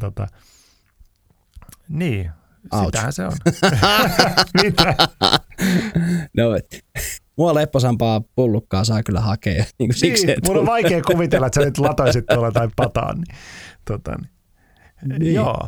niin, sitähän se on. Mitä? No, mua lepposampaa pullukkaa saa kyllä hakea. Niin, siksi, mun on vaikea kuvitella, että sä nyt latoisit tuolla tai pataan. Niin. Joo.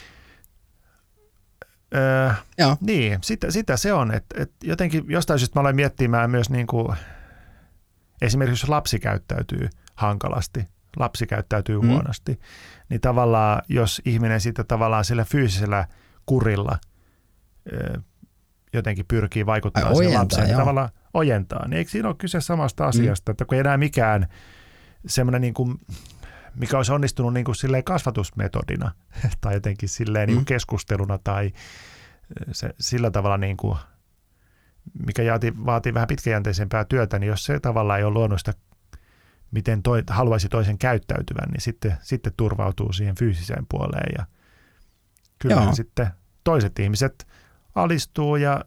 Joo. Niin, sitä se on, että jotenkin jostain syystä mä olen miettimään myös niin kuin, esimerkiksi jos lapsi käyttäytyy hankalasti, lapsi käyttäytyy huonosti, niin tavallaan jos ihminen sitten tavallaan sillä fyysisellä kurilla jotenkin pyrkii vaikuttamaan siihen lapseen, niin tavallaan ojentaa, niin eikö siinä ole kyse samasta asiasta, että kun ei enää mikään semmoinen niin kuin, mikä olisi onnistunut niin kuin silleen kasvatusmetodina tai jotenkin silleen niin kuin keskusteluna tai sillä tavalla, niin kuin, mikä vaatii vähän pitkäjänteisempää työtä, niin jos se tavallaan ei ole luonut sitä, miten haluaisi toisen käyttäytyvän, niin sitten turvautuu siihen fyysiseen puoleen. Ja kyllähän sitten toiset ihmiset alistuu ja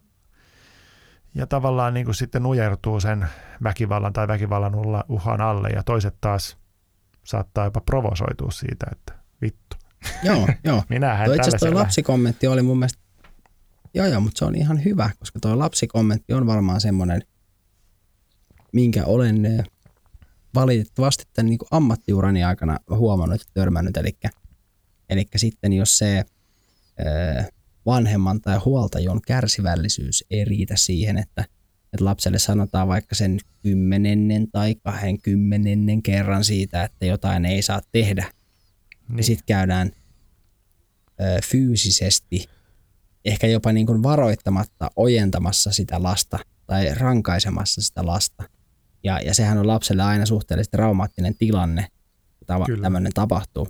tavallaan niin kuin sitten nujertuu sen väkivallan tai väkivallan uhan alle ja toiset taas saattaa jopa provosoitua siitä, että vittu. Joo. Minähän itse asiassa tuo lapsikommentti oli mun mielestä, mutta se on ihan hyvä, koska tuo lapsikommentti on varmaan semmoinen, minkä olen valitettavasti tämän niin kuin ammattiurani aikana huomannut ja törmännyt. Eli sitten jos se vanhemman tai huoltajon kärsivällisyys ei riitä siihen, että lapselle sanotaan vaikka sen 10. tai 20. kerran siitä, että jotain ei saa tehdä. Niin sitten käydään fyysisesti, ehkä jopa niin kuin varoittamatta ojentamassa sitä lasta tai rankaisemassa sitä lasta. Ja sehän on lapselle aina suhteellisesti traumaattinen tilanne, kun tämmöinen tapahtuu.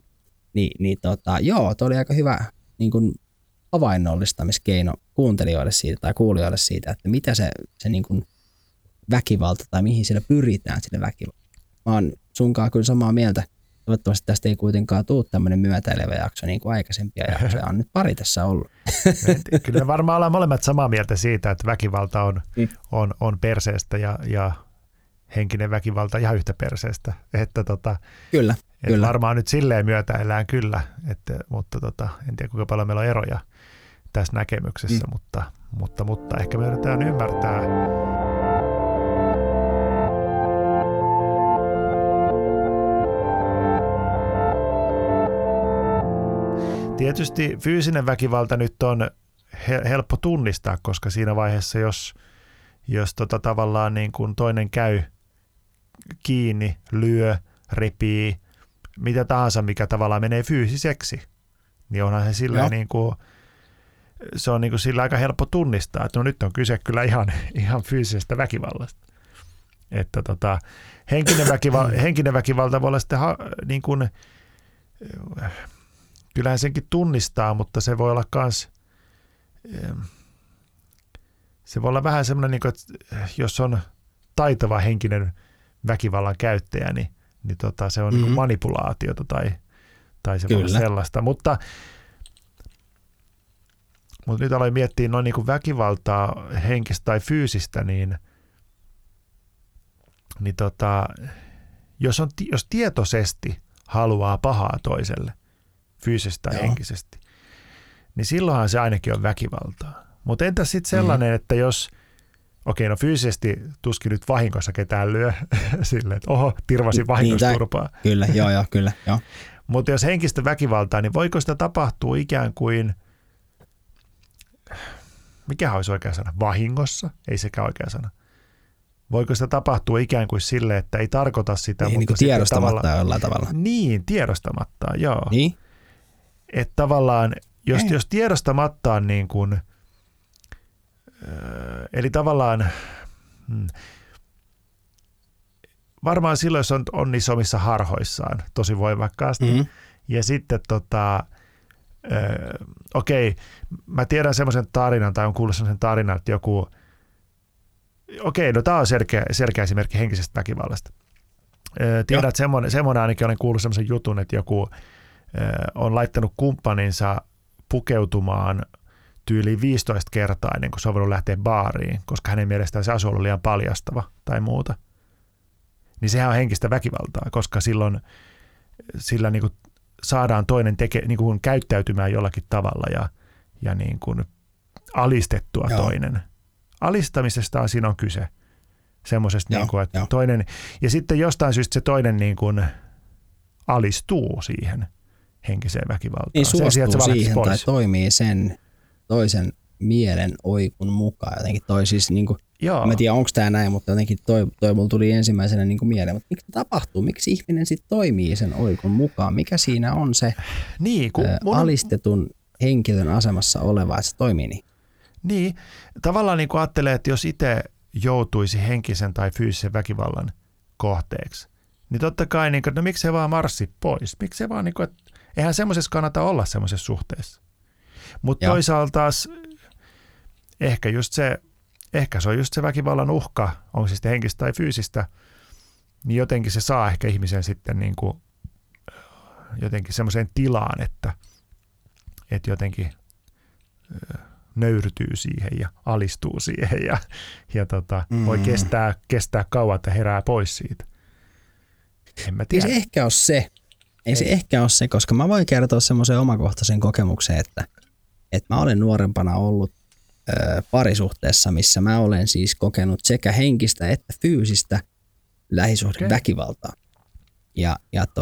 Tuo oli aika hyvä niin kuin havainnollistamiskeino kuuntelijoille siitä tai kuulijoille siitä, että mitä se niin kuin väkivalta tai mihin sillä pyritään sille väkivalta. Mä oon sunkaan kyllä samaa mieltä. Toivottavasti tästä ei kuitenkaan tule tämmöinen myötäilevä jakso niin kuin aikaisempia jaksoja. On nyt pari tässä ollut. Kyllä me varmaan ollaan molemmat samaa mieltä siitä, että väkivalta on perseestä ja henkinen väkivalta ihan yhtä perseestä. Kyllä. Varmaan nyt silleen myötäillään kyllä, mutta en tiedä kuinka paljon meillä on eroja tässä näkemyksessä, mutta ehkä me yritetään ymmärtää. Tietysti fyysinen väkivalta nyt on helppo tunnistaa, koska siinä vaiheessa, jos tavallaan niin kuin toinen käy kiinni, lyö, repii, mitä tahansa, mikä tavallaan menee fyysiseksi, niin onhan se sillä niin kuin, se on niin kuin sillä aika helppo tunnistaa, että no nyt on kyse kyllä ihan fyysisestä väkivallasta. Että henkinen väkivalta voi olla sitten niin kuin, kyllähän senkin tunnistaa, mutta se voi olla kans, se voi olla vähän semmoinen, niin kuin, että jos on taitava henkinen väkivallan käyttäjä, niin se on niin kuin manipulaatiota tai se voi olla sellaista. Mutta nyt aloin miettiä noin niin kuin väkivaltaa henkistä tai fyysistä, niin jos tietoisesti haluaa pahaa toiselle, fyysisesti tai henkisesti, niin silloinhan se ainakin on väkivaltaa. Mutta entäs sitten sellainen, että jos, no fyysisesti tuskin nyt vahingossa ketään lyö silleen, että tirvasin vahingosturpaa. Kyllä. Mutta jos henkistä väkivaltaa, niin voiko sitä tapahtua ikään kuin, mikä olisi oikea sana, vahingossa? Ei sekään oikea sana. Voiko sitä tapahtua ikään kuin sille, että ei tarkoita sitä, mutta niin tiedostamatta jollain tavalla. Niin, tiedostamatta, joo. Niin? Että tavallaan, jos tiedostamattaan niin kuin, eli tavallaan, varmaan silloin, jos on niissä omissa harhoissaan tosi voimakkaasti, ja sitten mä tiedän semmoisen tarinan, tai on kuullut semmoisen tarinan, että joku, no tämä on selkeä esimerkki henkisestä väkivallasta. Tiedät, semmoinen ainakin olen kuullut semmoisen jutun, että joku on laittanut kumppaninsa pukeutumaan tyyliin 15 kertaa ennen kuin se on voinut lähteä baariin, koska hänen mielestään se asu on liian paljastava tai muuta. Niin sehän on henkistä väkivaltaa, koska silloin sillä niin kuin saadaan toinen niin kuin käyttäytymään jollakin tavalla ja niin kuin alistettua toinen. Alistamisesta siinä on kyse. Semmoisesta, niin kuin, että toinen, ja sitten jostain syystä se toinen niin kuin alistuu siihen henkiseen väkivaltaan. Niin suostuu siihen tai toimii sen toisen mielen oikun mukaan. Jotenkin toi siis, niin kuin, mä en tiedä onko tämä näin, mutta jotenkin toi mulla tuli ensimmäisenä niin kuin mieleen. Mutta miksi tapahtuu? Miksi ihminen sitten toimii sen oikun mukaan? Mikä siinä on se alistetun henkilön asemassa oleva, että se toimii niin? Niin, tavallaan niin kuin ajattelee, että jos itse joutuisi henkisen tai fyysisen väkivallan kohteeksi, niin totta kai, niin kuin, no miksi se vaan marssi pois? Miksi se vaan, niin kuin, että eihän semmoisessa kannata olla semmoisessa suhteessa. Mutta toisaalta taas ehkä se on just se väkivallan uhka, onko se sitten henkistä tai fyysistä, niin jotenkin se saa ehkä ihmisen sitten niin kuin, jotenkin semmoiseen tilaan, että jotenkin nöyrtyy siihen ja alistuu siihen ja voi kestää kauan, että herää pois siitä. En mä tiedä. Ei se ehkä ole se. Ei se ehkä ole se, koska mä voin kertoa semmoisen omakohtaisen kokemuksen, että mä olen nuorempana ollut parisuhteessa, missä mä olen siis kokenut sekä henkistä että fyysistä lähisuhdeväkivaltaa. Ja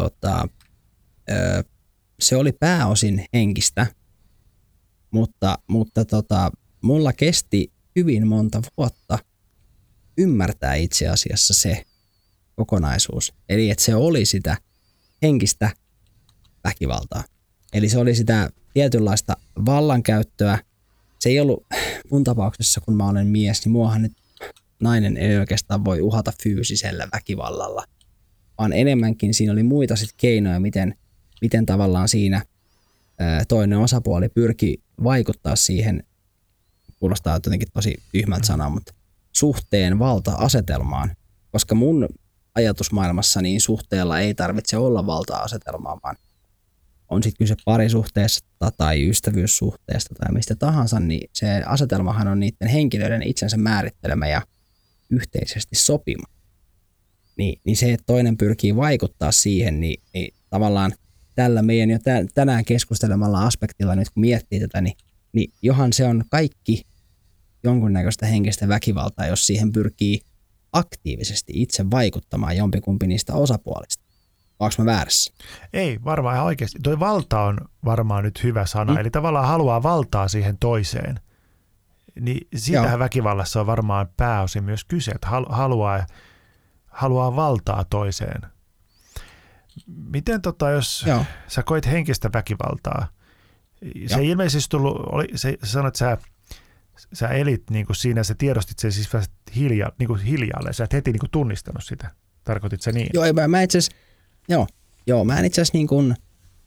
se oli pääosin henkistä, mutta mulla kesti hyvin monta vuotta ymmärtää itse asiassa se kokonaisuus. Eli että se oli sitä henkistä väkivaltaa. Eli se oli sitä tietynlaista vallankäyttöä. Se ei ollut mun tapauksessa, kun mä olen mies, niin muahan nyt nainen ei oikeastaan voi uhata fyysisellä väkivallalla, vaan enemmänkin siinä oli muita sit keinoja, miten tavallaan siinä toinen osapuoli pyrki vaikuttaa siihen, kuulostaa jotenkin tosi tyhmältä sanaa, mutta suhteen valta-asetelmaan, koska mun ajatusmaailmassa niin suhteella ei tarvitse olla valta-asetelmaa, vaan on sitten kyse parisuhteesta tai ystävyyssuhteesta tai mistä tahansa, niin se asetelmahan on niiden henkilöiden itsensä määrittelemä ja yhteisesti sopima. Niin se, että toinen pyrkii vaikuttaa siihen, niin tavallaan tällä meidän jo tänään keskustelemalla aspektilla nyt kun miettii tätä, niin johan se on kaikki jonkunnäköistä henkistä väkivaltaa, jos siihen pyrkii aktiivisesti itse vaikuttamaan jompikumpi niistä osapuolista. Onko mä väärässä? Ei, varmaan ihan oikeasti. Toi valta on varmaan nyt hyvä sana, eli tavallaan haluaa valtaa siihen toiseen. Niin siitähän väkivallassa on varmaan pääosin myös kyse, että haluaa valtaa toiseen. Miten jos sä koit henkistä väkivaltaa, se ilmeisesti tullut, sä sanoit, että sä elit niin kuin siinä, sä tiedostit sen siis hiljaalle, sä et heti niin kuin tunnistanut sitä. Tarkoitit sä niin? Mä itse asiassa, mä en itse asiassa niin kuin,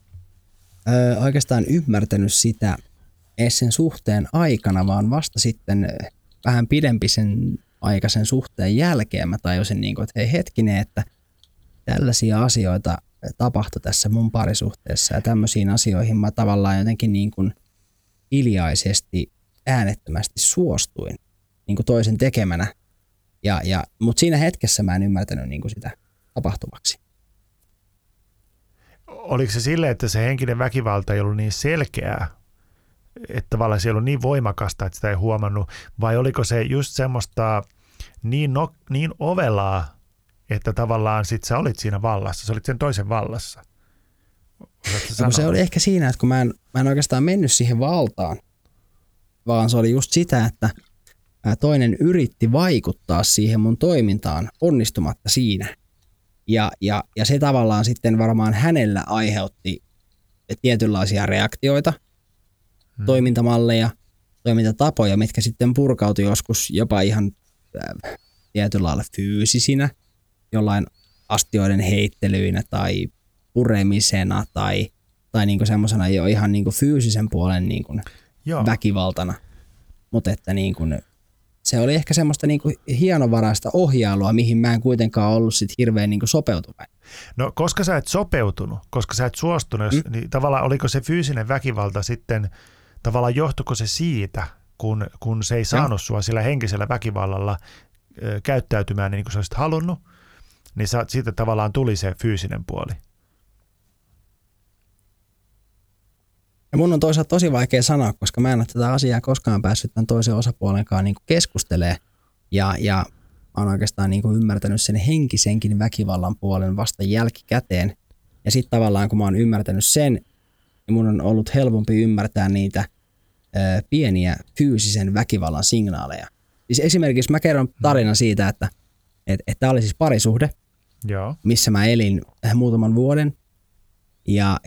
oikeastaan ymmärtänyt sitä edes sen suhteen aikana, vaan vasta sitten vähän pidempi sen aikaisen suhteen jälkeen mä tajusin, niin kuin, että hei hetkinen, että tällaisia asioita tapahtui tässä mun parisuhteessa ja tämmöisiin asioihin mä tavallaan jotenkin niin kuin hiljaisesti äänettömästi suostuin niin kuin toisen tekemänä, mutta siinä hetkessä mä en ymmärtänyt niin kuin sitä tapahtuvaksi. Oliko se silleen, että se henkinen väkivalta ei ollut niin selkeää, että tavallaan se ei ollut niin voimakasta, että sitä ei huomannut, vai oliko se just semmoista niin ovelaa, että tavallaan sit sä olit siinä vallassa, sä olit sen toisen vallassa? Se oli ehkä siinä, että kun mä en oikeastaan mennyt siihen valtaan, vaan se oli just sitä, että toinen yritti vaikuttaa siihen mun toimintaan onnistumatta siinä. Ja se tavallaan sitten varmaan hänellä aiheutti tietynlaisia reaktioita, toimintamalleja, toimintatapoja, mitkä sitten purkautui joskus jopa ihan tietyllä lailla fyysisinä, jollain astioiden heittelyinä tai puremisena tai niinku semmoisena jo ihan niinku fyysisen puolen niinku väkivaltana. Mutta että niinku, se oli ehkä semmoista niinku hienovaraista ohjailua, mihin mä en kuitenkaan ollut sit hirveän niinku sopeutuvainen. No koska sä et sopeutunut, koska sä et suostunut, niin tavallaan oliko se fyysinen väkivalta sitten, tavallaan johtuiko se siitä, kun se ei saanut sua sillä henkisellä väkivallalla käyttäytymään niin kuin sä olisit halunnut, niin siitä tavallaan tuli se fyysinen puoli. Ja mun on toisaalta tosi vaikea sanoa, koska mä en ole tätä asiaa koskaan päässyt tämän toisen osapuolenkaan niin keskustelemaan. Ja mä oon oikeastaan niin ymmärtänyt sen henkisenkin väkivallan puolen vasta jälkikäteen. Ja sitten tavallaan kun mä oon ymmärtänyt sen, niin mun on ollut helpompi ymmärtää niitä pieniä fyysisen väkivallan signaaleja. Siis esimerkiksi mä kerron tarinan siitä, että tämä oli siis parisuhde, Joo. missä mä elin muutaman vuoden. Ja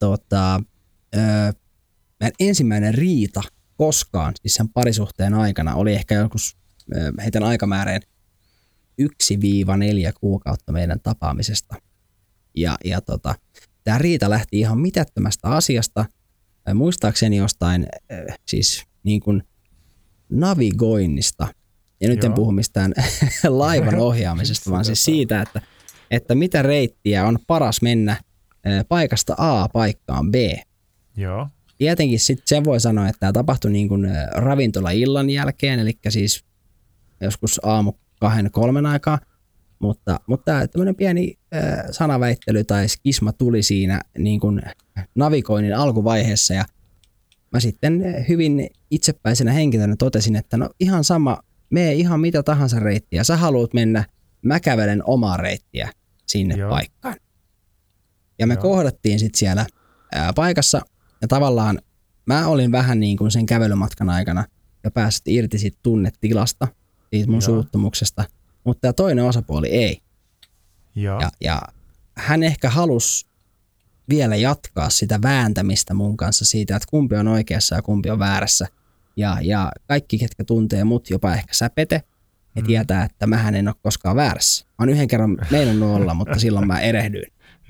meidän ensimmäinen riita koskaan, siis sen parisuhteen aikana, oli ehkä joskus heitän aikamääreen 1-4 kuukautta meidän tapaamisesta. Ja tämä riita lähti ihan mitättömästä asiasta, muistaakseni jostain siis niin kuin navigoinnista. Ja nyt en puhu mistään laivan ohjaamisesta, vaan siis siitä, että mitä reittiä on paras mennä paikasta A paikkaan B. Joo. Tietenkin sitten sen voi sanoa, että tämä tapahtui niin kuin ravintolaillan jälkeen, eli siis joskus aamu 2-3 aikaa, mutta tämmöinen pieni sanaväittely tai skisma tuli siinä niin kuin navigoinnin alkuvaiheessa, ja mä sitten hyvin itsepäisenä henkilönä totesin, että no ihan sama, mene ihan mitä tahansa reittiä, sä haluat mennä, mä kävelen omaa reittiä sinne paikkaan. Ja me kohdattiin sitten siellä paikassa, ja tavallaan mä olin vähän niin kuin sen kävelymatkan aikana jo päässyt irti siitä tunnetilasta, siitä mun suuttumuksesta, mutta tämä toinen osapuoli ei. Ja hän ehkä halusi vielä jatkaa sitä vääntämistä mun kanssa siitä, että kumpi on oikeassa ja kumpi on väärässä. Ja kaikki, ketkä tuntee mut, jopa ehkä säpete, ja tietää, että mähän en ole koskaan väärässä. Mä oon yhden kerran meinannut olla, mutta silloin mä erehdyin.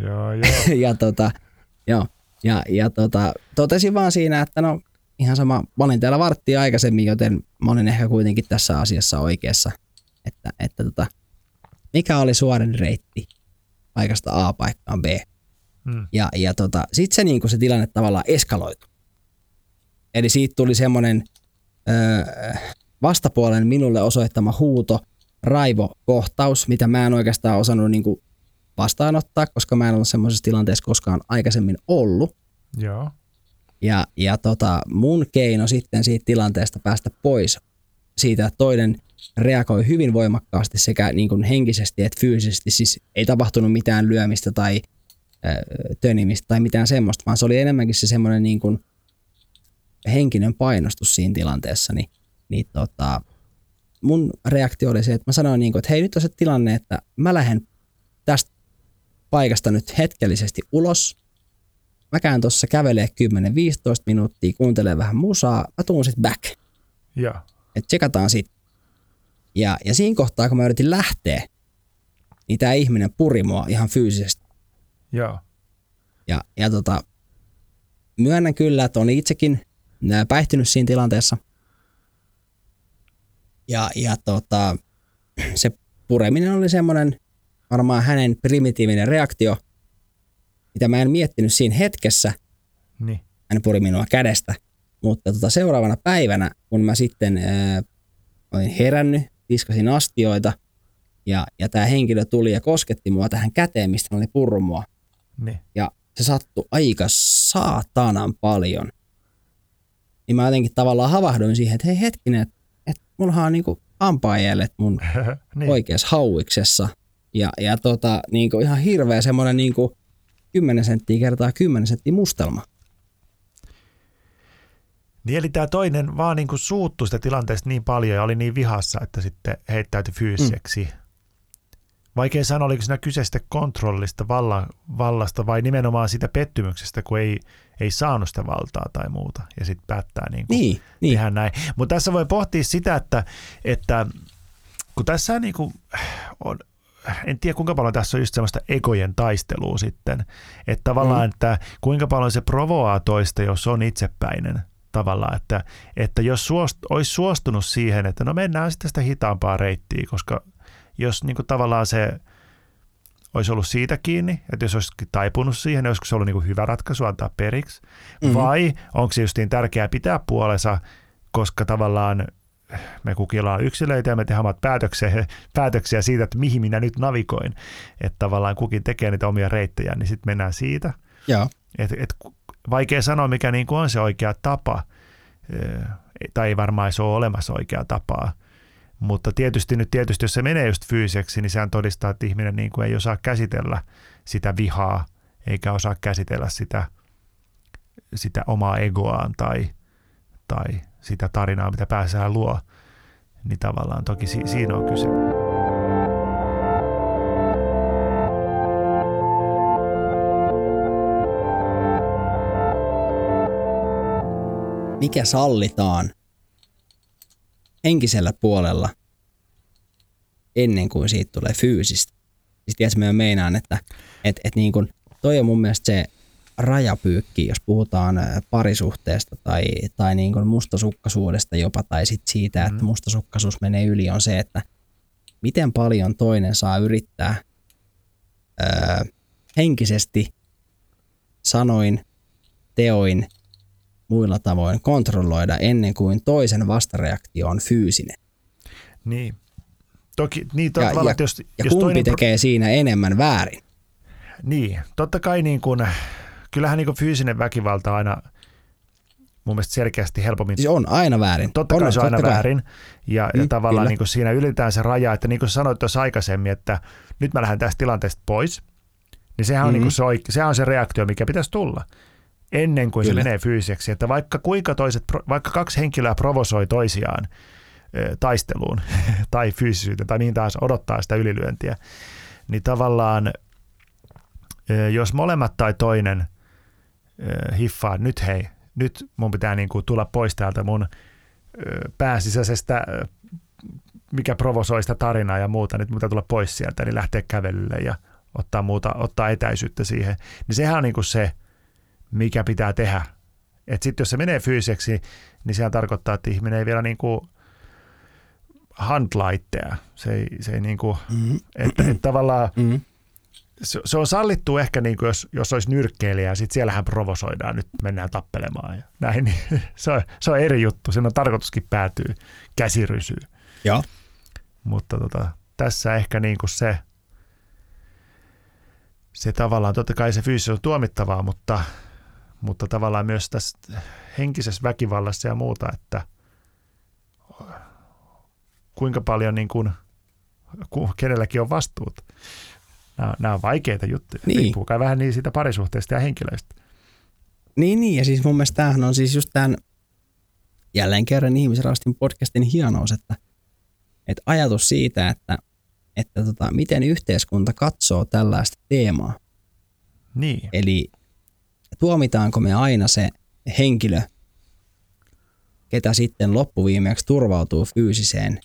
Ja totesin vaan siinä, että no ihan sama, mä olin täällä varttia aikaisemmin, joten mä olin ehkä kuitenkin tässä asiassa oikeassa, että mikä oli suorin reitti paikasta A paikkaan B. Ja sitten se, niin se tilanne tavallaan eskaloitui. Eli siitä tuli semmoinen vastapuolen minulle osoittama huuto, raivokohtaus, mitä mä en oikeastaan osannut niin kuin vastaanottaa, koska mä en ollut semmoisessa tilanteessa koskaan aikaisemmin ollut. Joo. Ja mun keino sitten siitä tilanteesta päästä pois siitä, että toinen reagoi hyvin voimakkaasti sekä niin kuin henkisesti että fyysisesti, siis ei tapahtunut mitään lyömistä tai tönimistä tai mitään semmoista, vaan se oli enemmänkin se semmoinen niin kuin henkinen painostus siinä tilanteessa, niin mun reaktio oli se, että mä sanoin niin kuin, että hei, nyt on se tilanne, että mä lähden tästä paikasta nyt hetkellisesti ulos. Mä käyn tuossa kävelee 10-15 minuuttia, kuuntelen vähän musaa, mä tuun sit back. Että tsekataan sit. Ja siinä kohtaa, kun mä yritin lähteä, niin tää ihminen puri mua ihan fyysisesti. Ja myönnän kyllä, että on itsekin päihtynyt siinä tilanteessa. Ja se pureminen oli semmoinen varmaan hänen primitiivinen reaktio, mitä mä en miettinyt siinä hetkessä. Niin. Hän puri minua kädestä, mutta seuraavana päivänä, kun mä sitten olin herännyt, viskasin astioita ja tämä henkilö tuli ja kosketti mua tähän käteen, mistä hän oli purru mua. Niin. Ja se sattui aika saatanan paljon. Niin mä jotenkin tavallaan havahduin siihen, että hei hetkinen, että mullahan on niinku ampaajalle mun niin. Oikeassa hauiksessa. Ja niinku ihan hirveä semmoinen niinku 10 senttiä kertaa 10 senttiä mustelma. Niin eli tämä toinen vaan niinku suuttui sitä tilanteesta niin paljon ja oli niin vihassa, että sitten heittäytyi fyysiseksi. Vaikea sanoa, oliko siinä kyse sitten kontrollista vallasta vai nimenomaan siitä pettymyksestä, kun ei saanut sitä valtaa tai muuta ja sitten päättää niin. Tehdä näin. Mutta tässä voi pohtia sitä, että kun tässä niinku on, en tiedä kuinka paljon tässä on just semmoista egojen taistelua sitten, että tavallaan, että kuinka paljon se provoaa toista, jos on itsepäinen tavallaan, että jos olisi suostunut siihen, että no mennään sitten sitä hitaampaa reittiä, koska jos niin kuin tavallaan se olisi ollut siitä kiinni, että jos olisi taipunut siihen, niin olisiko se ollut niin kuin hyvä ratkaisu antaa periksi, vai onko se justiin tärkeää pitää puolensa, koska tavallaan me kukin ollaan yksilöitä ja me tehdään omat päätöksiä siitä, että mihin minä nyt navigoin, että tavallaan kukin tekee niitä omia reittejä, niin sitten mennään siitä. Joo. Vaikea sanoa, mikä niin kuin on se oikea tapa, tai ei varmaan se ole olemassa oikea tapaa. Mutta tietysti, jos se menee just fyysiseksi, niin sehän todistaa, että ihminen niin kuin ei osaa käsitellä sitä vihaa, eikä osaa käsitellä sitä omaa egoaan tai sitä tarinaa, mitä päässään luo. Niin tavallaan toki siinä on kyse. Mikä sallitaan henkisellä puolella ennen kuin siitä tulee fyysistä. Siis tiedätkö, mä meinaan, että niin kuin, toi on mun mielestä se rajapyykki, jos puhutaan parisuhteesta tai niin kuin mustasukkaisuudesta jopa, tai sit siitä, että mustasukkaisuus menee yli, on se, että miten paljon toinen saa yrittää henkisesti, sanoin, teoin, muilla tavoin kontrolloida ennen kuin toisen vastareaktio on fyysinen. Niin. Toki, niin ja kumpi tekee siinä enemmän väärin? Niin, totta kai niin kuin, kyllähän niin kuin fyysinen väkivalta on aina mun mielestä selkeästi helpommin. Siis on aina väärin. Totta kai se on aina väärin. Ja tavallaan niin kuin siinä ylitetään se raja, että niin kuin sanoit tuossa aikaisemmin, että nyt mä lähden tästä tilanteesta pois, niin sehän on, niin kuin sehän on se reaktio, mikä pitäisi tulla ennen kuin se menee fyysiseksi. Että vaikka kaksi henkilöä provosoi toisiaan taisteluun tai fyysisyyteen tai mihin taas odottaa sitä ylilyöntiä, niin tavallaan jos molemmat tai toinen hiffaa, nyt mun pitää niin kuin tulla pois täältä mun pääsisäisestä, mikä provosoi sitä tarinaa ja muuta, nyt mun pitää tulla pois sieltä, niin lähteä kävelylle ja ottaa etäisyyttä siihen, niin sehän on niin kuin se, mikä pitää tehdä. Että sitten jos se menee fyysiseksi, niin sehän tarkoittaa, että ihminen ei vielä niin kuin handlaitteja. Se ei niin kuin, että tavallaan se on sallittu ehkä niin kuin jos olisi nyrkkeilijä ja sitten siellähän provosoidaan, nyt mennään tappelemaan ja näin, niin se on eri juttu. Sen on tarkoituskin päätyy käsirysyyn. Joo. Mutta tässä ehkä niin kuin se tavallaan, totta kai se fyysisesti on tuomittavaa, mutta tavallaan myös tässä henkisessä väkivallassa ja muuta, että kuinka paljon niin kuin, kenelläkin on vastuut. Nämä on vaikeita juttuja. Niin. Riippuu kai vähän niin siitä parisuhteesta ja henkilöistä. Niin, ja siis mun mielestä tämähän on siis just tämän jälleen kerran Ihmisraastin podcastin hienous, että ajatus siitä, että miten yhteiskunta katsoo tällaista teemaa. Niin. Eli tuomitaanko me aina se henkilö, ketä sitten loppuviimeeksi turvautuu fyysiseen.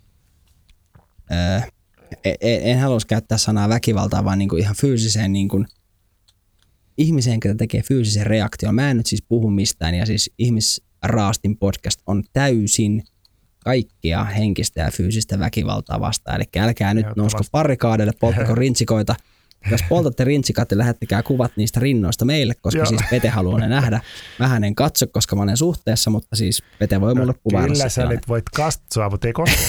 En haluaisi käyttää sanaa väkivaltaa, vaan niin kuin ihan fyysiseen niin kuin ihmiseen, ketä tekee fyysisen reaktion. Mä en nyt siis puhu mistään, ja siis Ihmisraastin podcast on täysin kaikkea henkistä ja fyysistä väkivaltaa vastaan. Eli älkää nyt nousko barrikaadeille, polttako rintsikoita. Jos poltatte rintsikat, lähettäkää kuvat niistä rinnoista meille, koska siis Pete haluaa ne nähdä. Mähän en katso, koska mä olen suhteessa, mutta siis Pete voi mulle kuvailla. Kyllä sä nyt voit katsoa, mutta ei koskaan.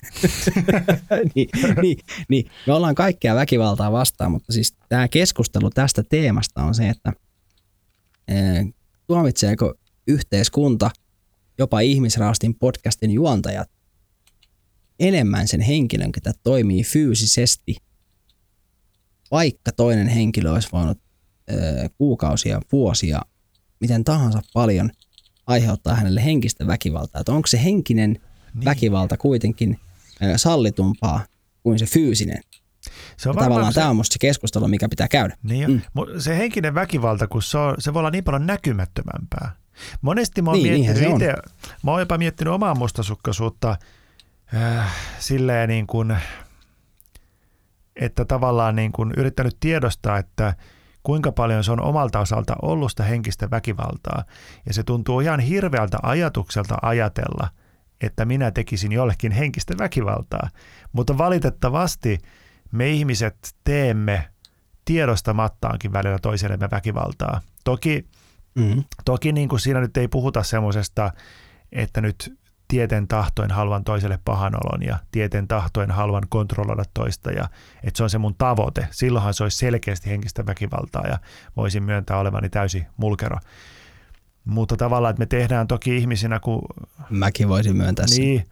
niin, me ollaan kaikkea väkivaltaa vastaan, mutta siis tämä keskustelu tästä teemasta on se, että tuomitseeko yhteiskunta, jopa Ihmisraastin podcastin juontajat, enemmän sen henkilön, ketä toimii fyysisesti, vaikka toinen henkilö olisi voinut kuukausia, vuosia, miten tahansa paljon aiheuttaa hänelle henkistä väkivaltaa. Että onko se henkinen väkivalta kuitenkin sallitumpaa kuin se fyysinen? Se on tavallaan tämä on musta se keskustelu, mikä pitää käydä. Niin se henkinen väkivalta, kun se voi olla niin paljon näkymättömämpää. Monesti mä oon jopa miettinyt omaa mustasukkaisuutta silleen niin kuin, että tavallaan niin kuin yrittänyt tiedostaa, että kuinka paljon se on omalta osalta ollut sitä henkistä väkivaltaa. Ja se tuntuu ihan hirveältä ajatukselta ajatella, että minä tekisin jollekin henkistä väkivaltaa. Mutta valitettavasti me ihmiset teemme tiedostamattaankin välillä toisellemme väkivaltaa. Toki niin kuin siinä nyt ei puhuta semmoisesta, että nyt tieten tahtoen haluan toiselle pahan olon ja tieten tahtoen haluan kontrolloida toista ja että se on se mun tavoite. Silloinhan se olisi selkeästi henkistä väkivaltaa ja voisin myöntää olevani täysi mulkero. Mutta tavallaan, että me tehdään toki ihmisinä, kun... Mäkin voisin myöntää sen. Niin.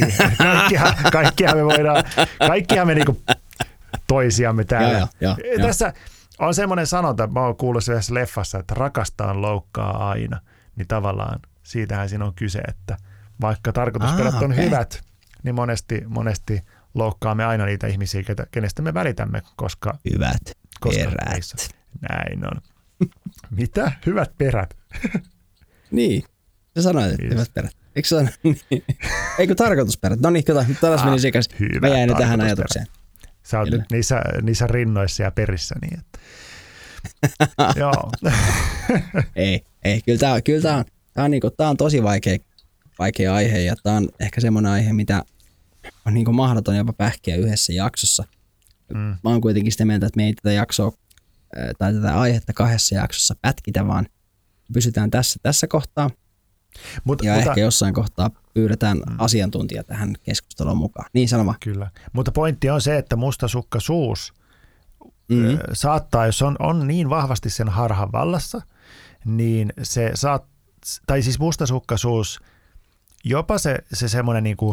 Kaikkihan me niinku toisiamme täällä. Tässä on semmoinen sanonta, mä oon kuullut yhdessä leffassa, että rakastaan loukkaa aina. Niin tavallaan siitähän siinä on kyse, että vaikka tarkoitusperät on hyvät, niin monesti loukkaamme aina niitä ihmisiä, kenestä me välitämme, koska... Hyvät perät. Näin on. Mitä? Hyvät perät? Niin. Sä sanoit, että hyvät perät. Eikö sä sano? Niin. Eikö tarkoitusperät? No niin, taas meni sekas. Mä jäin tähän ajatukseen. Sä oot niissä rinnoissa ja perissä. Niin että. Joo. ei. Kyllä tää on tosi vaikea aihe ja tää on ehkä semmoinen aihe, mitä on niin kuin mahdoton jopa pähkiä yhdessä jaksossa. Mä oon kuitenkin sitä mieltä, että me ei tätä jaksoa tai tätä aihetta 2 jaksossa pätkitä, vaan pysytään tässä kohtaa. Mutta ehkä jossain kohtaa pyydetään asiantuntija tähän keskusteluun mukaan. Niin sano vaan. Kyllä. Mutta pointti on se, että mustasukkaisuus saattaa, jos on niin vahvasti sen harhan vallassa, niin se tai siis mustasukkaisuus, jopa se semmoinen niinku,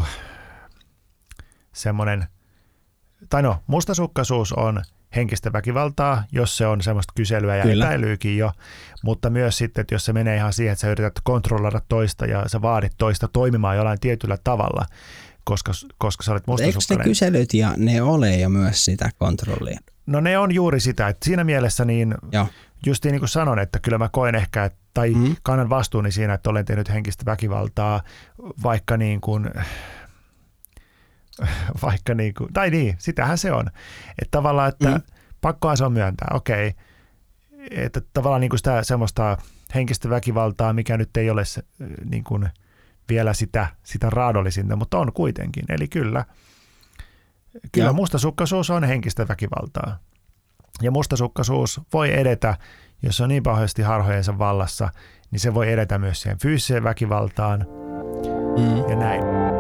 mustasukkaisuus on henkistä väkivaltaa, jos se on semmoista kyselyä ja epäilyykin jo, mutta myös sitten, että jos se menee ihan siihen, että sä yrität kontrolloida toista ja sä vaadit toista toimimaan jollain tietyllä tavalla, koska sä olet mustasukkainen. Eikö ne kyselyt ja ne ole jo myös sitä kontrollia? No ne on juuri sitä, että siinä mielessä niin justiin niin kuin sanon, että kyllä mä koen ehkä, tai kannan vastuuni siinä, että olen tehnyt henkistä väkivaltaa, tai niin, sitähän se on. Että tavallaan, että pakkohan se on myöntää, okei, että tavallaan niin kuin sitä semmoista henkistä väkivaltaa, mikä nyt ei ole niin kuin vielä sitä raadollisinta, mutta on kuitenkin. Eli kyllä mustasukkaisuus on henkistä väkivaltaa. Ja mustasukkaisuus voi edetä, jos on niin pahasti harhojensa vallassa, niin se voi edetä myös siihen fyysiseen väkivaltaan ja näin.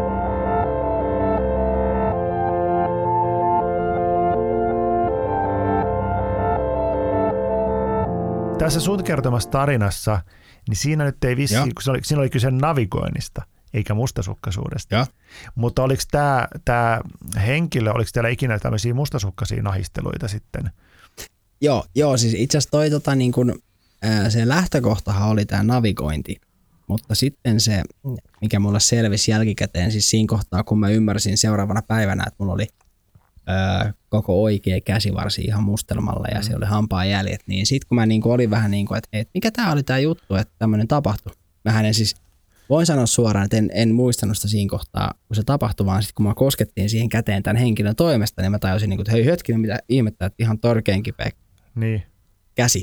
Tässä sun kertomassa tarinassa, niin siinä nyt ei vissiin, kun siinä oli kyse navigoinnista, eikä mustasukkaisuudesta. Ja. Mutta oliko tämä henkilö, oliko teillä ikinä tämmöisiä mustasukkaisia nahisteluita sitten? Joo, siis itse asiassa niin kun, se lähtökohtahan oli tämä navigointi, mutta sitten se, mikä mulle selvisi jälkikäteen, siis siinä kohtaa, kun mä ymmärsin seuraavana päivänä, että mulla oli koko oikea käsivarsi ihan mustelmalla ja se oli hampaanjäljet, niin sitten kun mä niin kun olin vähän niin kuin, että mikä tämä oli tämä juttu, että tämmöinen tapahtui. Mähän en siis, voin sanoa suoraan, että en muistanut sitä siinä kohtaa, kun se tapahtui, vaan sitten kun mä koskettiin siihen käteen tämän henkilön toimesta, niin mä tajusin, niin kuin, että hei hetkinen, mitä ihmettä, että ihan törkeän kipeä käsi.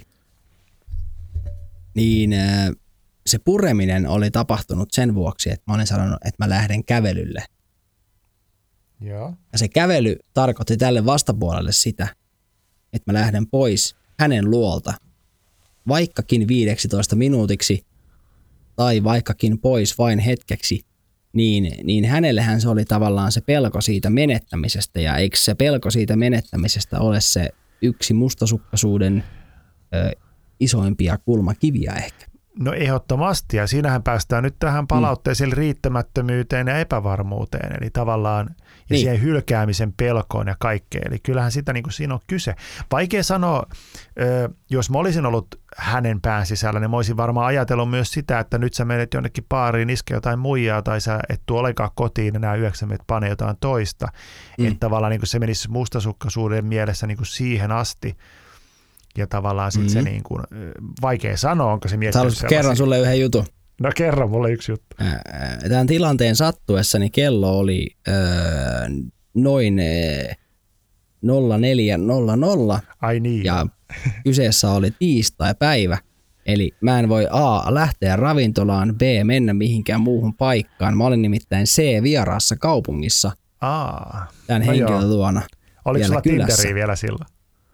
Niin se pureminen oli tapahtunut sen vuoksi, että mä olin sanonut, että mä lähden kävelylle. Ja se kävely tarkoitti tälle vastapuolelle sitä, että mä lähden pois hänen luolta, vaikkakin 15 minuutiksi tai vaikkakin pois vain hetkeksi, niin hänellähän se oli tavallaan se pelko siitä menettämisestä, ja eikö se pelko siitä menettämisestä ole se yksi mustasukkaisuuden isoimpia kulmakiviä ehkä? No ehdottomasti, ja siinähän päästään nyt tähän palautteeseen riittämättömyyteen ja epävarmuuteen, eli tavallaan ja siihen hylkäämisen pelkoon ja kaikkeen. Eli kyllähän sitä niin kuin siinä on kyse. Vaikea sanoa, jos mä olisin ollut hänen pään sisällä, niin mä olisin varmaan ajatellut myös sitä, että nyt sä menet jonnekin baariin, iske jotain muijaa, tai sä et tuo olekaan kotiin enää 9 menet pane jotain toista. Että tavallaan niin kuin se menisi mustasukkaisuuden mielessä niin kuin siihen asti. Ja tavallaan sitten se niin kuin, vaikea sanoa, onko se miettinyt sellaisia. Kerron sulle yhden jutun. No kerro mulle yksi juttu. Tämän tilanteen sattuessa niin kello oli noin 04.00. Ai niin. Ja kyseessä oli tiistai-päivä, eli mä en voi A, lähteä ravintolaan, B, mennä mihinkään muuhun paikkaan. Mä olin nimittäin C, vieraassa kaupungissa tämän henkilön luona. Oliko sulla Tinderiä vielä silloin?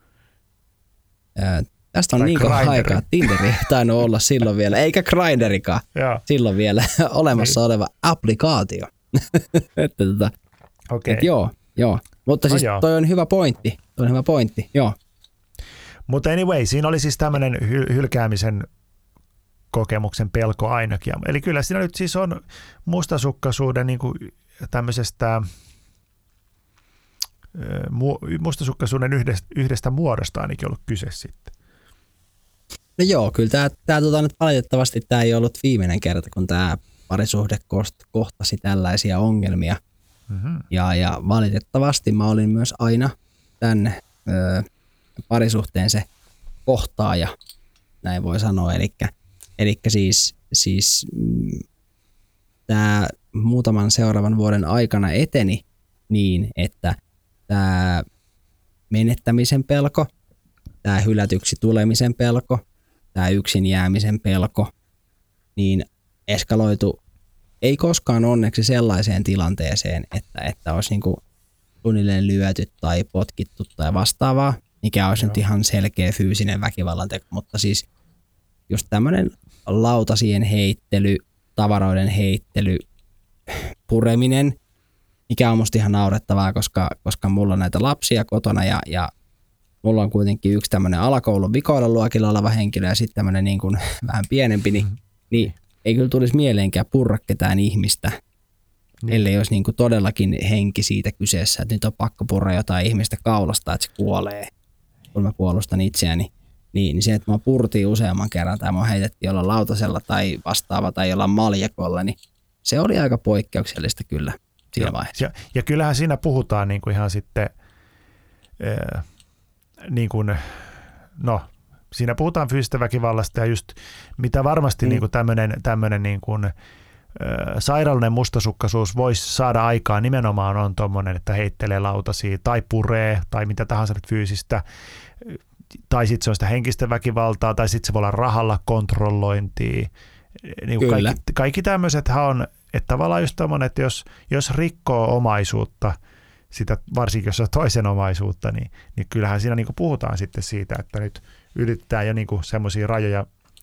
Tästä on niin kauan aikaa, että Tinderi ei tainnut olla silloin vielä, eikä Grinderikaan silloin vielä olemassa oleva applikaatio. Joo. Mutta siis toi on hyvä pointti. Joo. Mutta anyway, siinä oli siis tämmöinen hylkäämisen kokemuksen pelko ainakin. Eli kyllä siinä nyt siis on mustasukkaisuuden niin kuin tämmöisestä mustasukkaisuuden yhdestä muodosta ainakin ollut kyse sitten. No joo, kyllä tämä nyt valitettavasti tämä ei ollut viimeinen kerta, kun tämä parisuhde kohtasi tällaisia ongelmia. Mm-hmm. Ja valitettavasti mä olin myös aina tämän parisuhteen se kohtaaja, näin voi sanoa. Eli siis tämä muutaman seuraavan vuoden aikana eteni niin, että tämä menettämisen pelko, tämä hylätyksi tulemisen pelko, tämä yksin jäämisen pelko, niin eskaloitu ei koskaan onneksi sellaiseen tilanteeseen, että olisi niin kuin suunnilleen lyöty tai potkittu tai vastaavaa, mikä olisi nyt ihan selkeä fyysinen väkivallan teko, mutta siis just tämmöinen lautasien heittely, tavaroiden heittely, pureminen, mikä on musta ihan naurettavaa, koska mulla on näitä lapsia kotona ja mulla on kuitenkin yksi tämmöinen alakoulun vikoilla luokilla oleva henkilö ja sitten tämmöinen niin kuin vähän pienempi, niin ei kyllä tulisi mieleenkään purra ketään ihmistä, ellei olisi niin kuin todellakin henki siitä kyseessä, että nyt on pakko purra jotain ihmistä kaulasta, että se kuolee, kun mä puolustan itseäni. Niin se, että mä purtiin useamman kerran tai mä heitettiin jollain lautasella tai vastaava tai jollain maljakolla, niin se oli aika poikkeuksellista kyllä siinä vaiheessa. Ja kyllähän siinä puhutaan niin kuin ihan sitten, niin kuin, no siinä puhutaan fyysisestä väkivallasta ja just mitä varmasti niin kuin tämmöinen niin kuin, sairaalinen mustasukkaisuus voisi saada aikaan nimenomaan on tommoinen, että heittelee lautasia tai puree tai mitä tahansa fyysistä, tai sitten se on sitä henkistä väkivaltaa, tai sitten se voi olla rahalla kontrollointia. Niin kaikki tämmöisethän on, että tavallaan just tommoinen, että jos rikkoo omaisuutta, sitä, varsinkin jos on toisen omaisuutta, niin kyllähän siinä niin kuin puhutaan sitten siitä, että nyt ylitetään jo niin kuin semmoisia rajoja,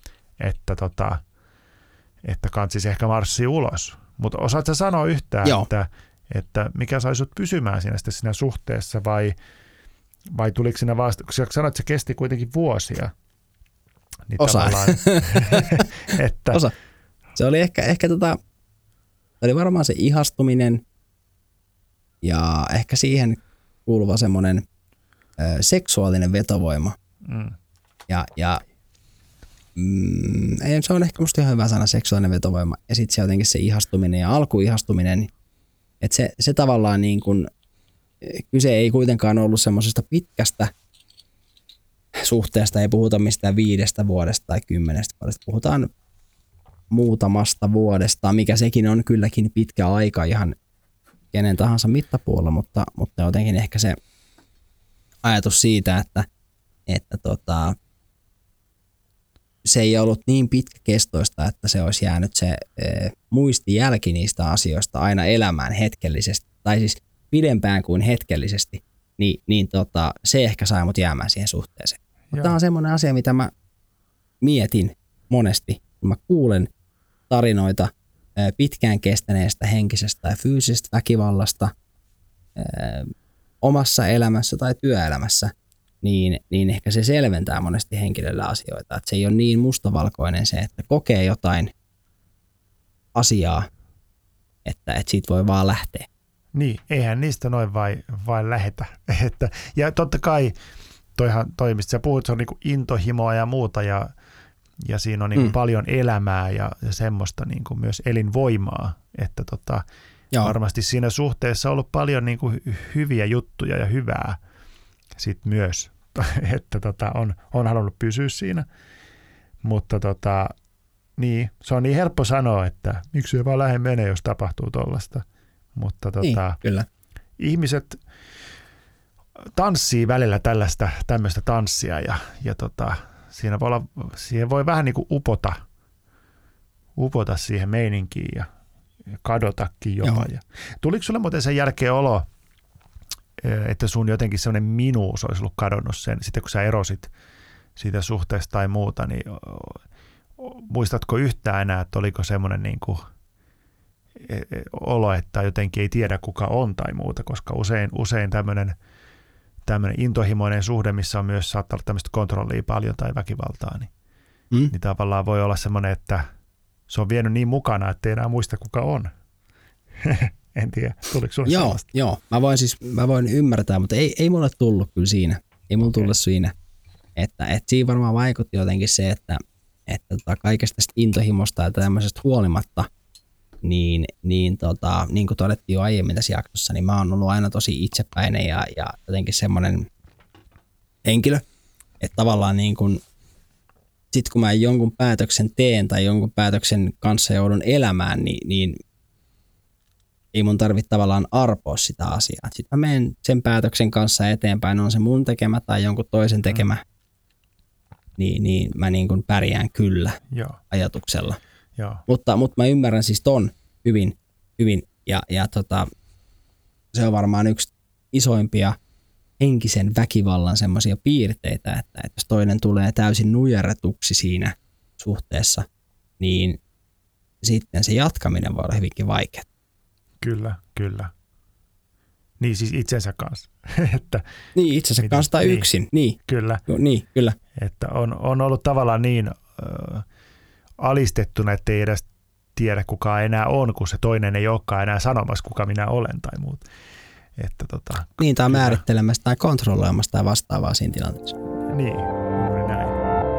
että kantsisi ehkä marssii ulos. Mutta osaatko sanoa yhtään, että mikä sai sut pysymään siinä suhteessa vai tuliko siinä vasta, kun sanoit, että se kesti kuitenkin vuosia. Niin Osa. Osa. Se oli ehkä oli varmaan se ihastuminen ja ehkä siihen kuuluva semmoinen seksuaalinen vetovoima. Se on ehkä musta ihan hyvä sana, seksuaalinen vetovoima. Ja sitten se jotenkin se ihastuminen ja alkuihastuminen, että se tavallaan niin kuin, kyse ei kuitenkaan ollut semmoisesta pitkästä suhteesta, ei puhuta mistään 5 vuodesta tai 10 vuodesta, puhutaan muutamasta vuodesta, mikä sekin on kylläkin pitkä aika ihan kenen tahansa mittapuolella, mutta jotenkin ehkä se ajatus siitä, että se ei ollut niin pitkäkestoista, että se olisi jäänyt se muistijälki niistä asioista aina elämään hetkellisesti, tai siis pidempään kuin hetkellisesti, niin se ehkä sai mut jäämään siihen suhteeseen. Mutta tämä on semmoinen asia, mitä mä mietin monesti, kun mä kuulen tarinoita pitkään kestäneestä henkisestä ja fyysisestä väkivallasta omassa elämässä tai työelämässä, niin ehkä se selventää monesti henkilölle asioita. Että se ei ole niin mustavalkoinen se, että kokee jotain asiaa, että siitä voi vaan lähteä. Niin, eihän niistä noin vain lähetä. Ja totta kai toi, mistä sä puhut, se on niinku intohimoa ja muuta ja siinä on niinku paljon elämää ja semmoista niinku myös elinvoimaa, että varmasti siinä suhteessa on ollut paljon niinku hyviä juttuja ja hyvää sit myös, että on halunnut pysyä siinä, mutta niin, se on niin helppo sanoa, että miksi ei vaan lähde menee, jos tapahtuu tollaista, mutta kyllä. Ihmiset tanssii välillä tämmöistä tanssia ja siihen voi vähän niin kuin upota siihen meininkiin ja kadotakin jopa. Ja tuliko sulle muuten sen jälkeen olo, että sun jotenkin semmoinen minuus olisi ollut kadonnut sen, sitten kun sä erosit siitä suhteesta tai muuta, niin muistatko yhtään enää, että oliko semmoinen niin kuin olo, että jotenkin ei tiedä kuka on tai muuta, koska usein tämmöinen intohimoinen suhde, missä on myös saattaa olla tämmöistä kontrollia paljon tai väkivaltaa, niin tavallaan voi olla semmoinen, että se on vienyt niin mukana, että ei enää muista kuka on. En tiedä, tuliko sulle sellaista? Joo. Mä voin ymmärtää, mutta ei mulle tullut kyllä siinä. Ei mulle tullut siinä. Että siinä varmaan vaikutti jotenkin se, että kaikesta tästä intohimosta ja tämmöisestä huolimatta, niin kuin todettiin jo aiemmin tässä jaksossa, niin mä oon ollut aina tosi itsepäinen ja jotenkin semmoinen henkilö, että tavallaan niin kuin sitten kun mä jonkun päätöksen teen tai jonkun päätöksen kanssa joudun elämään, niin ei mun tarvitse tavallaan arpoa sitä asiaa. Sitten mä menen sen päätöksen kanssa eteenpäin, on se mun tekemä tai jonkun toisen tekemä, niin mä niin kuin pärjään kyllä ajatuksella. Joo. Mutta mä ymmärrän siis ton hyvin ja se on varmaan yksi isoimpia henkisen väkivallan semmoisia piirteitä, että jos toinen tulee täysin nujerretuksi siinä suhteessa, niin sitten se jatkaminen voi olla hyvinkin vaikeaa. Kyllä. Niin siis itsensä kanssa. Niin itsensä kanssa tai yksin. Niin. Kyllä. Niin, kyllä. Että on ollut tavallaan niin alistettuna, että ei edes tiedä kuka enää on, kun se toinen ei olekaan enää sanomassa, kuka minä olen tai muuta. Niin, tai määrittelemässä tai kontrolloimassa tai vastaavaa siinä tilanteessa. Niin, juuri näin.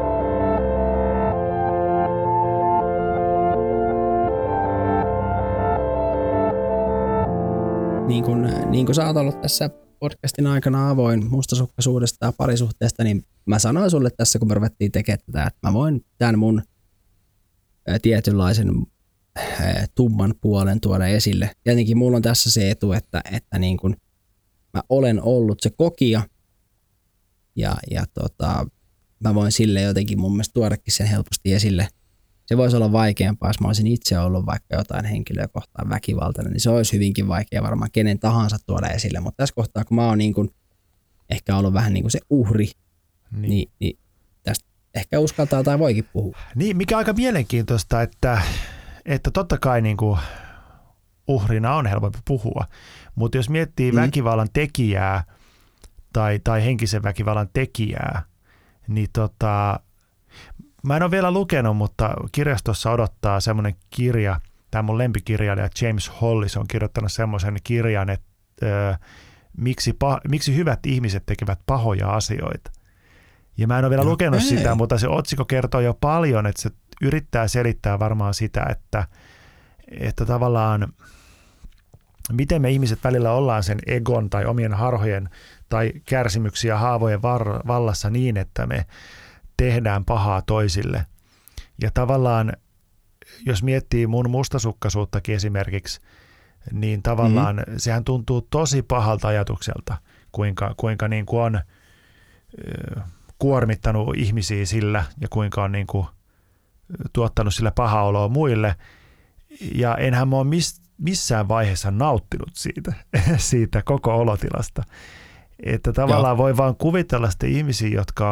Niin kuin sä oot ollut tässä podcastin aikana avoin mustasukkaisuudesta ja parisuhteesta, niin mä sanoin sulle tässä, kun me ruvettiin tekemään tätä, että mä voin tämän mun tietynlaisen tumman puolen tuoda esille. Tietenkin mulla on tässä se etu, että niin kuin mä olen ollut se kokija ja mä voin sille jotenkin mun mielestä tuodakin sen helposti esille. Se voisi olla vaikeampaa, jos mä olisin itse ollut vaikka jotain henkilöä kohtaan väkivaltainen, niin se olisi hyvinkin vaikea varmaan kenen tahansa tuoda esille. Mutta tässä kohtaa, kun mä oon niin kuin ehkä ollut vähän niin kuin se uhri, niin tästä ehkä uskaltaa tai voikin puhua. Niin, mikä on aika mielenkiintoista, että totta kai niin kuin uhrina on helpompi puhua, mutta jos miettii väkivallan tekijää tai henkisen väkivallan tekijää, niin mä en ole vielä lukenut, mutta kirjastossa odottaa semmoinen kirja, tämä mun lempikirjailija James Hollis on kirjoittanut semmoisen kirjan, että miksi hyvät ihmiset tekevät pahoja asioita. Ja mä en ole vielä lukenut sitä, mutta se otsikko kertoo jo paljon, että se yrittää selittää varmaan sitä, että tavallaan miten me ihmiset välillä ollaan sen egon tai omien harhojen tai kärsimyksiä haavojen vallassa niin, että me tehdään pahaa toisille. Ja tavallaan, jos miettii mun mustasukkaisuuttakin esimerkiksi, niin tavallaan sehän tuntuu tosi pahalta ajatukselta, kuinka niin kuin on kuormittanut ihmisiä sillä ja kuinka on niin kuin tuottanut sillä pahaa oloa muille. Ja enhän mä ole missään vaiheessa nauttinut siitä koko olotilasta. Että tavallaan voi vaan kuvitella sitten ihmisiä, jotka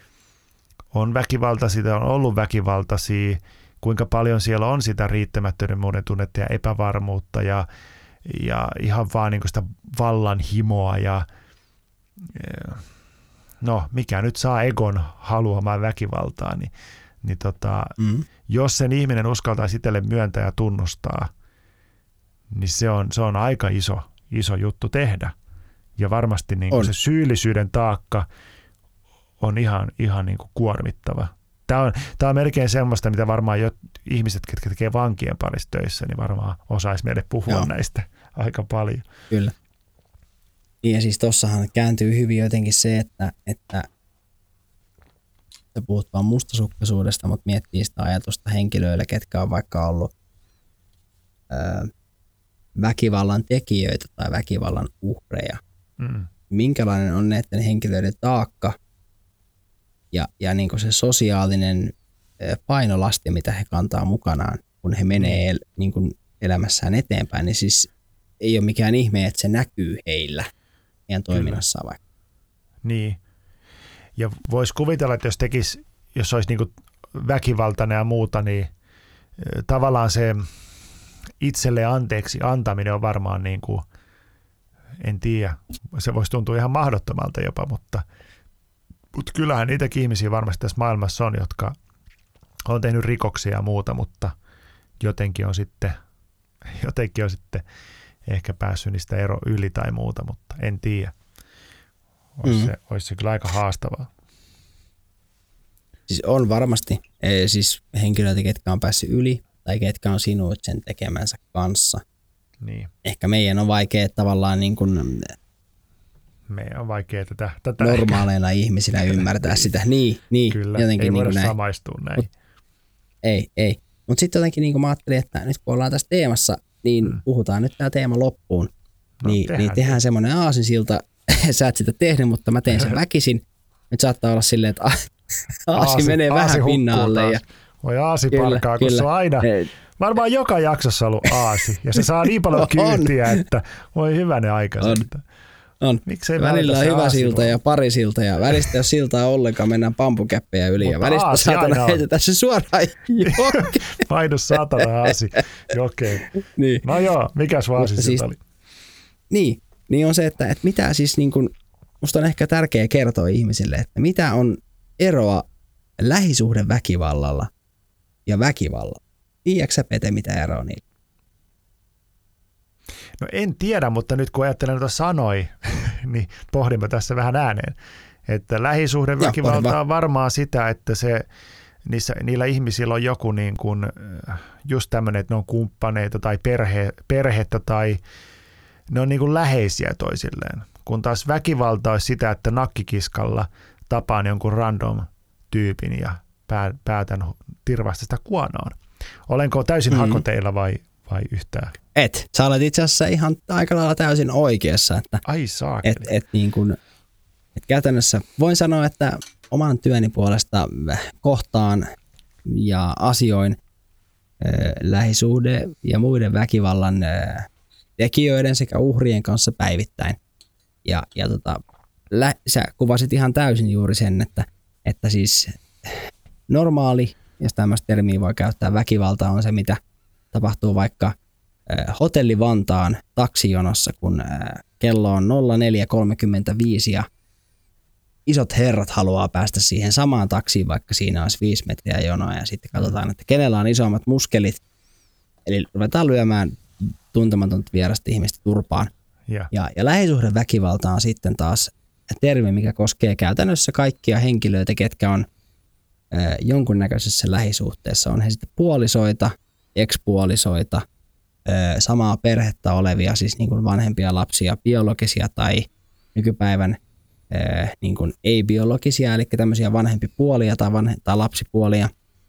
on väkivaltaisia, on ollut väkivaltaisia, kuinka paljon siellä on sitä riittämättömyyden tunnetta ja epävarmuutta ja ihan vaan niin kuin sitä vallan himoa ja mikä nyt saa egon haluamaan väkivaltaa, niin jos sen ihminen uskaltaa itselle myöntää ja tunnustaa, niin se on aika iso juttu tehdä. Ja varmasti niin kuin se syyllisyyden taakka on ihan niin kuin kuormittava. Tämä on melkein semmoista, mitä varmaan ihmiset, ketkä tekee vankien parissa töissä, niin varmaan osaisi meille puhua näistä aika paljon. Kyllä. Ja siis tossahan kääntyy hyvin jotenkin se, että sä puhut vaan mustasukkaisuudesta, mutta miettii sitä ajatusta henkilöille, ketkä on vaikka ollut väkivallan tekijöitä tai väkivallan uhreja. minkälainen on näiden henkilöiden taakka ja niin kuin se sosiaalinen painolasti, mitä he kantaa mukanaan, kun he menee niin kuin elämässään eteenpäin, niin siis ei ole mikään ihme, että se näkyy heillä, heidän toiminnassaan vaikka. Niin. Ja voisi kuvitella, että jos olisi niin kuin väkivaltainen ja muuta, niin tavallaan se itselle anteeksi antaminen on varmaan niin kuin, en tiedä, se voisi tuntua ihan mahdottomalta jopa, mutta kyllähän niitäkin ihmisiä varmasti tässä maailmassa on, jotka on tehnyt rikoksia ja muuta, mutta jotenkin on sitten ehkä päässyt niistä yli tai muuta, mutta en tiedä. Olisi se kyllä aika haastavaa. Siis on varmasti siis henkilöitä, ketkä on päässyt yli tai ketkä on sinut sen tekemänsä kanssa. Niin. Ehkä meidän on vaikea tavallaan niin kuin meidän on vaikea tätä normaaleina ihmisinä ymmärtää sitä. Niin, kyllä, jotenkin ei niin voida näin. samaistua näin. Ei. Mutta sitten jotenkin niin kuin mä ajattelin, että nyt kun ollaan tässä teemassa, niin puhutaan nyt tämä teema loppuun. Niin tehdään semmoinen aasinsilta. Sä et sitä tehnyt, mutta mä tein sen väkisin. Nyt saattaa olla silleen, että aasi menee vähän pinnalle. Ja voi aasi parkaa, kun se on aina, varmaan joka jaksossa ollut aasi. Ja se saa niin paljon kyytiä, että voi hyvänen aika. On. Miksei välillä on hyvä silta ja pari silta ja välistä jos siltaa ollenkaan, mennään pampukäppejä yli. Mutta ja välistä saatana heitetään se suoraan jokeen. Painu saatana aasi jokeen. Niin. No joo, mikäs aasi siis, oli? Niin on se, että mitä siis niin kuin, musta on ehkä tärkeää kertoa ihmisille, että mitä on eroa lähisuhdeväkivallalla ja väkivallalla. Tiedätkö sä, Pete, mitä eroa on niillä? No en tiedä, mutta nyt kun ajattelen noita sanoja, niin pohdimme tässä vähän ääneen. Että lähisuhdeväkivalta on varmaan sitä, että niillä ihmisillä on joku niin kuin, just tämmöinen, että ne on kumppaneita tai perhettä tai ne on niin kuin läheisiä toisilleen. Kun taas väkivalta olisi sitä, että nakkikiskalla tapaan jonkun random tyypin ja päätän tirvasta sitä kuonoon. Olenko täysin hakoteilla vai yhtään? Et. Sä olet itse asiassa ihan aika lailla täysin oikeassa. Että ai saakeli. Niin kun, käytännössä voin sanoa, että oman työni puolesta kohtaan ja asioin lähisuhde ja muiden väkivallan tekijöiden sekä uhrien kanssa päivittäin. Ja sä kuvasit ihan täysin juuri sen, että siis normaali, jos tämmöistä termiä voi käyttää, väkivalta on se, mitä tapahtuu vaikka Hotelli Vantaan taksijonossa, kun kello on 04.35 ja isot herrat haluaa päästä siihen samaan taksiin, vaikka siinä olisi 5 metriä jonoa ja sitten katsotaan, että kenellä on isommat muskelit. Eli ruvetaan lyömään tuntematonta vierasta ihmistä turpaan. Ja lähisuhdeväkivalta on sitten taas termi, mikä koskee käytännössä kaikkia henkilöitä, ketkä on jonkunnäköisessä lähisuhteessa. On he sitten puolisoita, ekspuolisoita, samaa perhettä olevia, siis niin kuin vanhempia lapsia, biologisia tai nykypäivän niin kuin ei-biologisia, eli tämmöisiä vanhempipuolia tai lapsipuolia,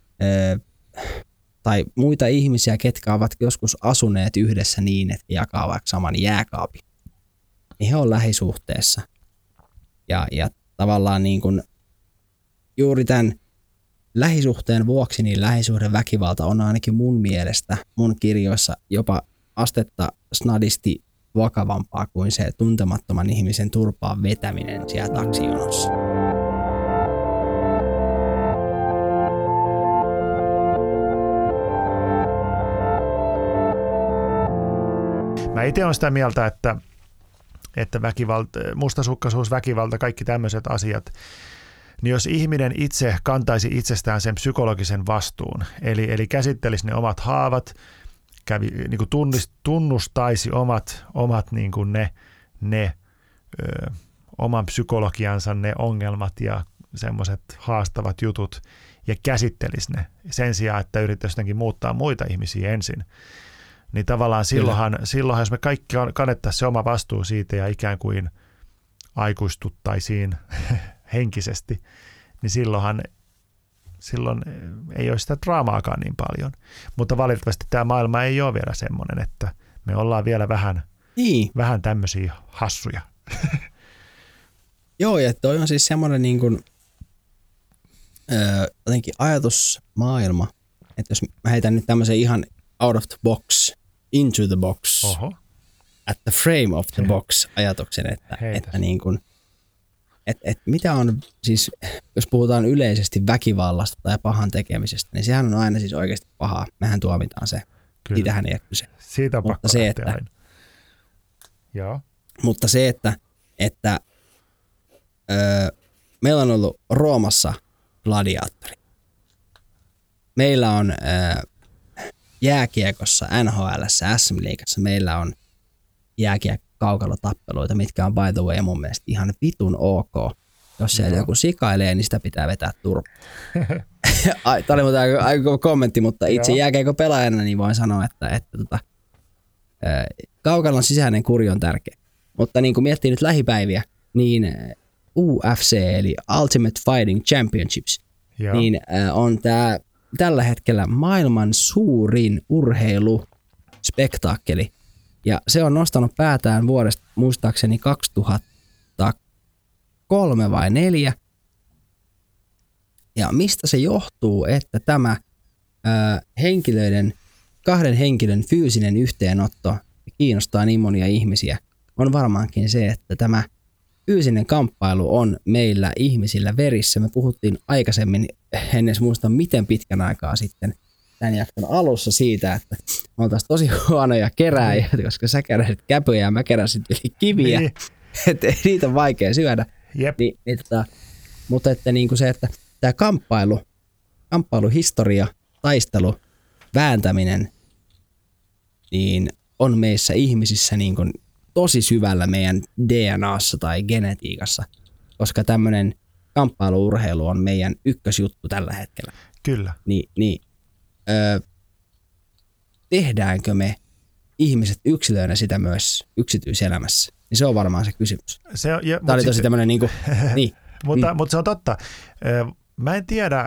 tai muita ihmisiä, ketkä ovat joskus asuneet yhdessä niin, että jakaa vaikka saman jääkaapin. Niin he on lähisuhteessa. Ja tavallaan niin kuin juuri tämän lähisuhteen vuoksi niin lähisuhdeväkivalta on ainakin mun mielestä mun kirjoissa jopa astetta snadisti vakavampaa kuin se tuntemattoman ihmisen turpaan vetäminen siellä taksijonossa. Mä itse olen sitä mieltä, että väkivalta, mustasukkaisuus, väkivalta, kaikki tämmöiset asiat, niin jos ihminen itse kantaisi itsestään sen psykologisen vastuun, eli käsittelisi ne omat haavat, niin kuin tunnustaisi omat niin kuin oman psykologiansa, ne ongelmat ja semmoiset haastavat jutut, ja käsittelisi ne sen sijaan, että yrittäisi jotenkin muuttaa muita ihmisiä ensin. Niin tavallaan silloinhan, jos me kaikki kannettaisiin se oma vastuu siitä ja ikään kuin aikuistuttaisiin henkisesti, niin silloin ei ole sitä draamaakaan niin paljon. Mutta valitettavasti tämä maailma ei ole vielä semmoinen, että me ollaan vielä vähän tämmöisiä hassuja. Joo, ja toi on siis semmoinen niin kuin, jotenkin ajatusmaailma, että jos mä heitän nyt tämmöisen ihan out of the box, into the box, at the frame of the box ajatuksen, että niin kuin, mitä on siis, jos puhutaan yleisesti väkivallasta tai pahan tekemisestä, niin sehän on aina siis oikeasti pahaa. Mehän tuomitaan se. Kyllä. Siitähän ei kyse. Siitä on pakko lähteä aina. Joo. Mutta se, että meillä on ollut Roomassa gladiaattori. Meillä on jääkiekossa, NHL:ssä, SM-liigassa, meillä on jääkiekko-kaukalotappeluita, mitkä on by the way mun mielestä ihan vitun ok. Jos siellä joku sikailee, niin sitä pitää vetää turpaan. Tämä oli muuten aika kommentti, mutta itse jääkiekko pelaajana niin voin sanoa, että kaukalon sisäinen kuri on tärkeä. Mutta niin kuin miettii nyt lähipäiviä, niin UFC eli Ultimate Fighting Championships niin on tällä hetkellä maailman suurin urheiluspektaakkeli. Ja se on nostanut päätään vuodesta muistaakseni 2003 vai 2004. Ja mistä se johtuu, että tämä kahden henkilön fyysinen yhteenotto kiinnostaa niin monia ihmisiä, on varmaankin se, että tämä fyysinen kamppailu on meillä ihmisillä verissä. Me puhuttiin aikaisemmin, en edes muista miten pitkän aikaa sitten tämän jakson alussa siitä, että me oltaisiin tosi huonoja keräjiä, koska sä keräsit käpyjä ja mä keräsin yli kiviä, että niitä on vaikea syödä. Mutta että niin kuin se, että tämä kamppailuhistoria, taistelu, vääntäminen, niin on meissä ihmisissä niin kuin tosi syvällä meidän DNAssa tai genetiikassa, koska tämmöinen kamppailuurheilu on meidän ykkösjuttu tällä hetkellä. Kyllä. Tehdäänkö me ihmiset yksilöinä sitä myös yksityiselämässä? Niin se on varmaan se kysymys. Tämä oli tosi tämmöinen niin kuin, niin. Mutta se on totta. Mä en tiedä,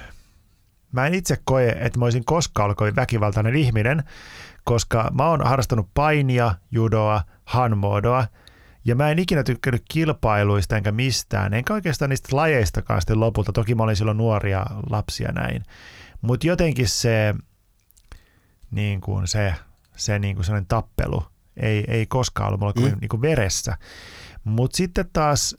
mä en itse koe, että mä olisin koskaan ollut kovin väkivaltainen ihminen, koska mä oon harrastanut painia, judoa, hanmodoa, ja mä en ikinä tykkännyt kilpailuista enkä mistään, enkä oikeastaan niistä lajeistakaan sitten lopulta. Toki mä olin silloin nuoria lapsia näin. Mutta jotenkin se niin kuin sellainen tappelu ei koskaan ollut mulla niin kuin veressä. Mutta sitten taas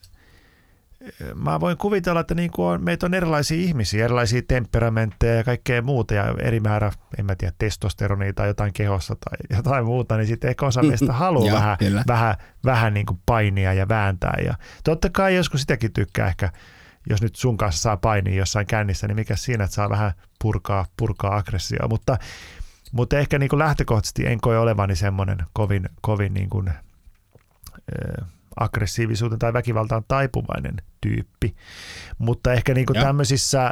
mä voin kuvitella, että niin kuin meitä on erilaisia ihmisiä, erilaisia temperamentteja ja kaikkea muuta ja eri määrä, en mä tiedä, testosteronia tai jotain kehossa tai jotain muuta, niin sitten ehkä osa meistä haluaa vähän niin kuin painia ja vääntää. Ja totta kai joskus sitäkin tykkää ehkä, jos nyt sun kanssa saa painia jossain kännissä, niin mikä siinä, että saa vähän purkaa aggressioa. Mutta ehkä niin kuin lähtökohtaisesti en koe olevani semmoinen kovin niin kuin, aggressiivisuuteen tai väkivaltaan taipuvainen tyyppi. Mutta ehkä niin kuin tämmöisissä,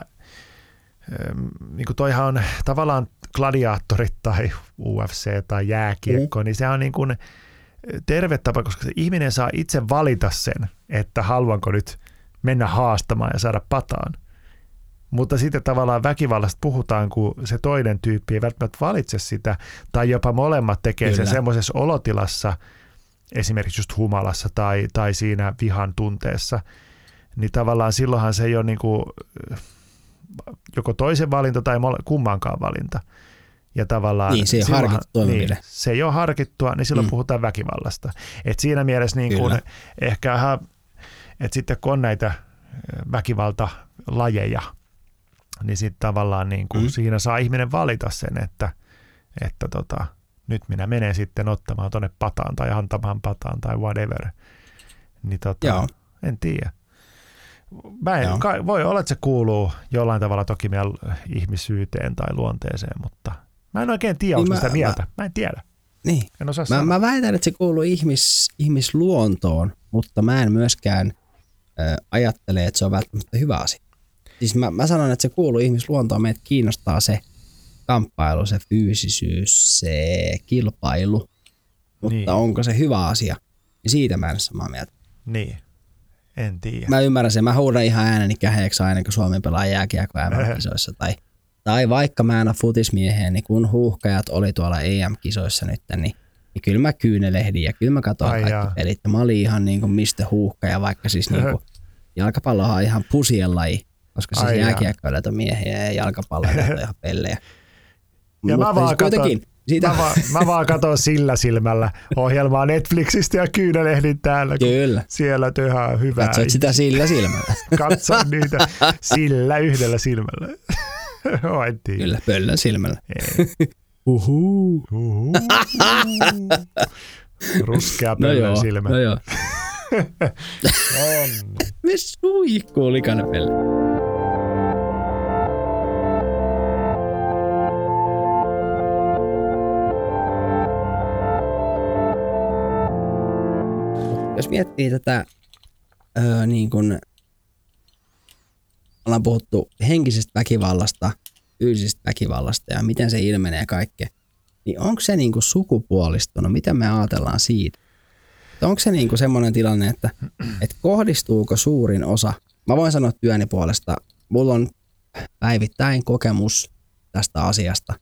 niin kuin toihan on tavallaan gladiaattorit tai UFC tai jääkiekko, niin se on niin kuin terve tapa, koska se ihminen saa itse valita sen, että haluanko nyt mennä haastamaan ja saada pataan. Mutta sitten tavallaan väkivallasta puhutaan, kun se toinen tyyppi ei välttämättä valitse sitä, tai jopa molemmat tekee sen semmoisessa olotilassa, esimerkiksi just humalassa tai siinä vihan tunteessa, niin tavallaan silloinhan se ei ole niin kuin joko toisen valinta tai kummankaan valinta. Ja tavallaan niin, se ei ole harkittu toimenpide. Niin, se ei ole harkittua, niin silloin puhutaan väkivallasta. Et siinä mielessä niin kuin ehkä, että sitten kun on näitä väkivaltalajeja, niin sitten tavallaan niin kuin siinä saa ihminen valita sen, että nyt minä menen sitten ottamaan tuonne pataan tai antamaan pataan tai whatever. Niin en tiedä. Voi olla, että se kuuluu jollain tavalla toki meidän ihmisyyteen tai luonteeseen, mutta mä en oikein tiedä, onko sitä mieltä. Mä en tiedä. Niin. En osaa sanoa. Mä väitän, että se kuuluu ihmisluontoon, mutta mä en myöskään ajattele, että se on välttämättä hyvä asia. Siis mä sanon, että se kuuluu ihmisluontoon. Meitä kiinnostaa se kamppailu, se fyysisyys, se kilpailu, mutta onko se hyvä asia? Niin siitä mä en ole samaa mieltä. Niin, en tiedä. Mä ymmärrän sen. Mä huudan ihan ääneni käheeksi aina, kun Suomi pelaa jääkiekkoa MM-kisoissa. Tai vaikka mä en ole futismieheen, niin kun huuhkajat oli tuolla EM-kisoissa nyt, niin niin kyllä mä kyynelehdin ja kyllä mä katsoin kaikki pelit. Ja mä olin ihan niin kuin Mr. Huuhka ja vaikka siis niin kuin jalkapallohan on ihan pusien laji, koska siis jääkiekkoilijat on miehiä ja jalkapalloilijat on ihan pellejä. Ja mutta mä siis kuitenkin siitä... mä vaan katon sillä silmällä ohjelmaa Netflixistä ja kyynelehdin täällä. Kyllä. Siellä tehdään hyvää. Katsoit sitä sillä silmällä. Katsoin niitä sillä yhdellä silmällä. Kyllä, pöllön silmällä. Ruskea pöllön silmä. No joo. Me suihkuu likainen pelle. Jos miettii tätä, niin kun ollaan puhuttu henkisestä väkivallasta, fyysisestä väkivallasta ja miten se ilmenee ja kaikkea, niin onko se niin kun sukupuolistunut? Mitä me ajatellaan siitä? Onko se niin kun semmoinen tilanne, että kohdistuuko suurin osa, mä voin sanoa työni puolesta, mulla on päivittäin kokemus tästä asiasta,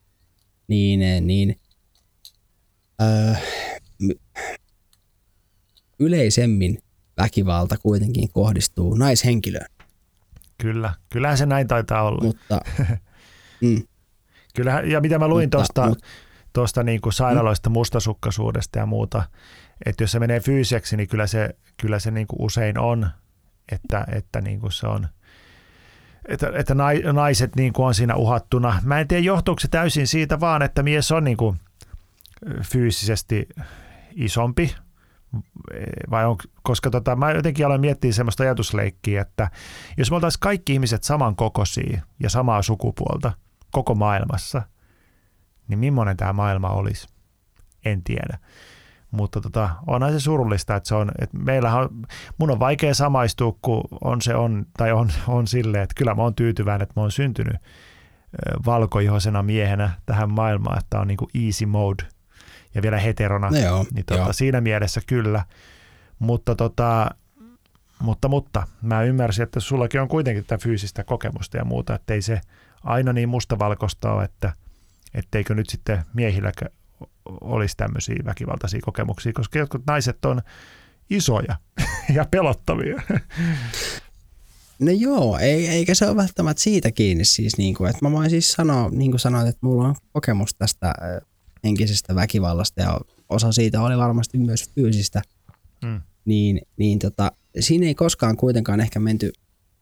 yleisemmin väkivalta kuitenkin kohdistuu naishenkilöön. Kyllähän se näin taitaa olla. Mutta, Kyllähän, ja mitä mä luin tuosta niin kuin sairaaloista mustasukkaisuudesta ja muuta, että jos se menee fyysiseksi, niin kyllä se niin kuin usein on, että niin kuin se on, että naiset niin kuin on siinä uhattuna. Mä en tiedä, johtuuko se täysin siitä vaan, että mies on niin kuin fyysisesti isompi, vai on, koska mä jotenkin aloin miettiä semmoista ajatusleikkiä, että jos me oltaisiin kaikki ihmiset samankokoisia ja samaa sukupuolta koko maailmassa, niin millainen tämä maailma olisi? En tiedä. Mutta onhan se surullista, että meillähän mun on vaikea samaistua, kun on silleen, että kyllä mä oon tyytyväinen, että mä oon syntynyt valkoihoisena miehenä tähän maailmaan, että on niin kuin easy mode ja vielä heterona, niin siinä mielessä kyllä. Mutta mä ymmärsin, että sullakin on kuitenkin tätä fyysistä kokemusta ja muuta, että ei se aina niin mustavalkoista ole, että etteikö nyt sitten miehillä olisi tämmöisiä väkivaltaisia kokemuksia, koska jotkut naiset on isoja ja pelottavia. No joo, eikä se ole välttämättä siitä kiinni siis, että mä voin siis sanoa, niin kuin sanoit, että mulla on kokemus tästä henkisestä väkivallasta ja osa siitä oli varmasti myös fyysistä, niin siinä ei koskaan kuitenkaan ehkä menty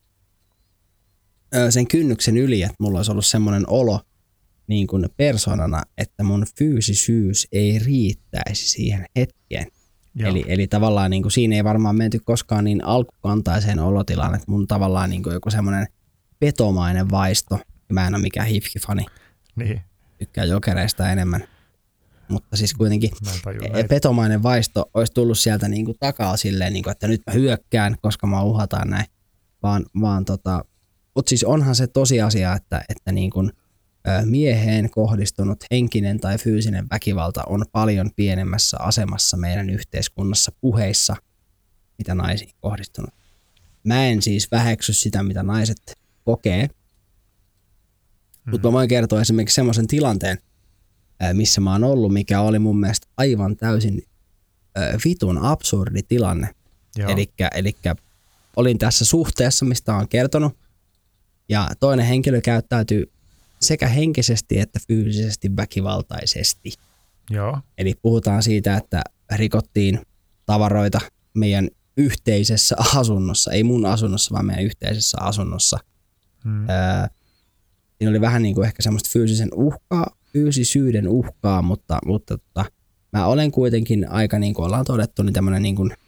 sen kynnyksen yli, että mulla olisi ollut semmoinen olo niin kuin persoonana, että mun fyysisyys ei riittäisi siihen hetkeen. Eli tavallaan niin kuin siinä ei varmaan menty koskaan niin alkukantaiseen olotilaan, että mun tavallaan niin kuin joku semmoinen petomainen vaisto, mä en ole mikään hifki-fani, tykkään Jokereista enemmän, mutta siis kuitenkin petomainen vaisto olisi tullut sieltä niin kuin takaa silleen, niin kuin, että nyt mä hyökkään, koska mä uhataan näin, mutta siis onhan se tosiasia, että niin kuin mieheen kohdistunut henkinen tai fyysinen väkivalta on paljon pienemmässä asemassa meidän yhteiskunnassa puheissa, mitä naisiin kohdistunut. Mä en siis väheksy sitä, mitä naiset kokee, mutta mä voin kertoa esimerkiksi semmoisen tilanteen, missä mä oon ollut, mikä oli mun mielestä aivan täysin vitun absurdi tilanne. Elikkä olin tässä suhteessa, mistä oon kertonut, ja toinen henkilö käyttäytyy sekä henkisesti että fyysisesti väkivaltaisesti. Joo. Eli puhutaan siitä, että rikottiin tavaroita meidän yhteisessä asunnossa, ei mun asunnossa, vaan meidän yhteisessä asunnossa. Siinä oli vähän niin kuin ehkä semmoista fyysisyyden uhkaa, mutta mä olen kuitenkin aika, niin kuin ollaan todettu, niin tämmöinen niin kuin,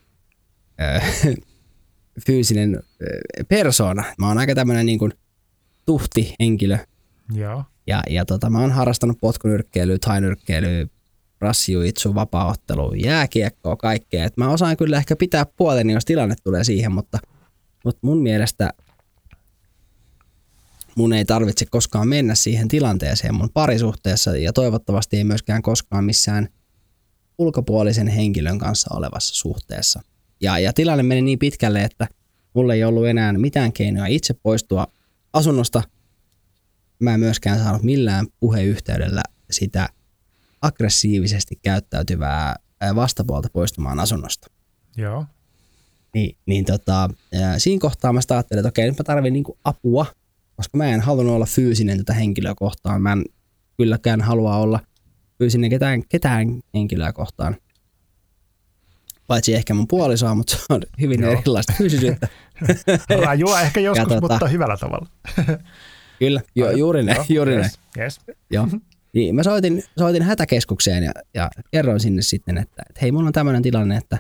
fyysinen persoona. Mä oon aika tämmöinen niin kuin tuhti henkilö. Joo. Ja mä oon harrastanut potkunyrkkeilyä, thainyrkkeilyä, brassijuitsu, vapaaottelua, jääkiekkoa, kaikkea. Et mä osaan kyllä ehkä pitää puoleni, jos tilanne tulee siihen, mutta mun mielestä mun ei tarvitse koskaan mennä siihen tilanteeseen mun parisuhteessa ja toivottavasti ei myöskään koskaan missään ulkopuolisen henkilön kanssa olevassa suhteessa. Ja tilanne meni niin pitkälle, että mulla ei ollut enää mitään keinoa itse poistua asunnosta. Mä en myöskään saanut millään puheyhteydellä sitä aggressiivisesti käyttäytyvää vastapuolta poistumaan asunnosta. Joo. Siinä kohtaa mä ajattelin, että okei, nyt mä tarvitsen niinku apua, koska mä en halunnut olla fyysinen tätä henkilöä kohtaan. Mä en kylläkään halua olla fyysinen ketään henkilöä kohtaan. Paitsi ehkä mun puolisoa, mutta se on hyvin erilaista fyysisyyttä. Rajua ehkä joskus, mutta hyvällä tavalla. Kyllä, juuri näin. Yes. Joo. Niin, mä soitin hätäkeskukseen ja kerroin sinne sitten, että hei, mulla on tämmöinen tilanne, että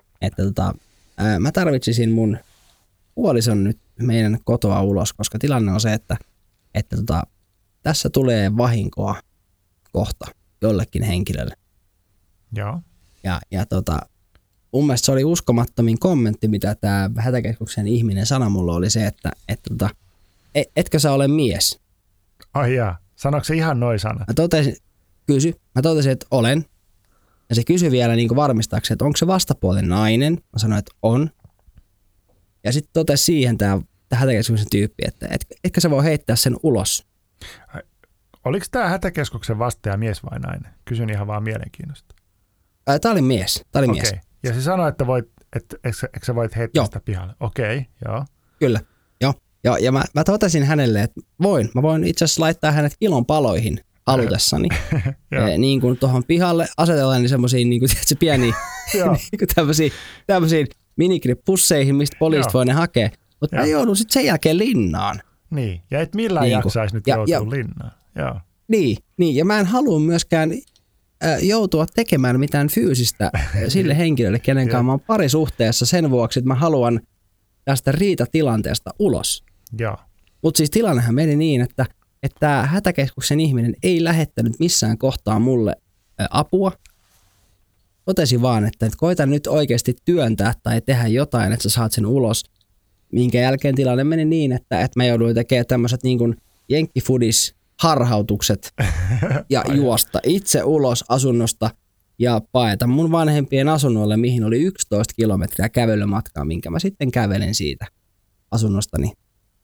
mä tarvitsisin mun puolison nyt meidän kotoa ulos, koska tilanne on se, että tässä tulee vahinkoa kohta jollekin henkilölle. Joo. Ja mun mielestä se oli uskomattomin kommentti, mitä tämä hätäkeskuksen ihminen sanoi mulle, oli se, että etkö sä ole mies? Ai jaa, sanoiko se ihan noin sana? Mä totesin, että olen. Ja se kysyi vielä niin varmistaakseni, että onko se vastapuolen nainen. Mä sanoin, että on. Ja sitten totesi siihen tämä hätäkeskuksen tyyppi, että etkö sä voi heittää sen ulos. Oliko tämä hätäkeskuksen vastaaja mies vai nainen? Kysyn ihan vaan mielenkiinnosta. Tämä oli mies. Okei. Ja se sanoi, että eikö sä voit heittää sitä pihalle? Okei, joo. Kyllä, joo. Ja mä totesin hänelle, että mä voin itse asiassa laittaa hänet ilon paloihin halutessani. Niin kuin tuohon pihalle asetellaan niin semmoisiin niin pieniä niin tämmöisiin minigrippusseihin, mistä poliisit voi ne hakea. Mutta mä joudun sitten sen jälkeen linnaan. Niin, ja et millään jaksaisi nyt joutua linnaan. Joo. Niin, ja mä en halua myöskään joutua tekemään mitään fyysistä sille henkilölle, kenen kanssa mä oon parisuhteessa sen vuoksi, että mä haluan tästä riitatilanteesta ulos. Mutta siis tilannehan meni niin, että hätäkeskuksen ihminen ei lähettänyt missään kohtaa mulle apua. Totesi vaan, että koita nyt oikeasti työntää tai tehdä jotain, että sä saat sen ulos. Minkä jälkeen tilanne meni niin, että mä jouduin tekemään tämmöiset niin kuin jenkkifudis harhautukset ja juosta itse ulos asunnosta ja paeta mun vanhempien asunnolle, mihin oli 11 kilometriä kävelymatkaa, minkä mä sitten kävelen siitä asunnostani.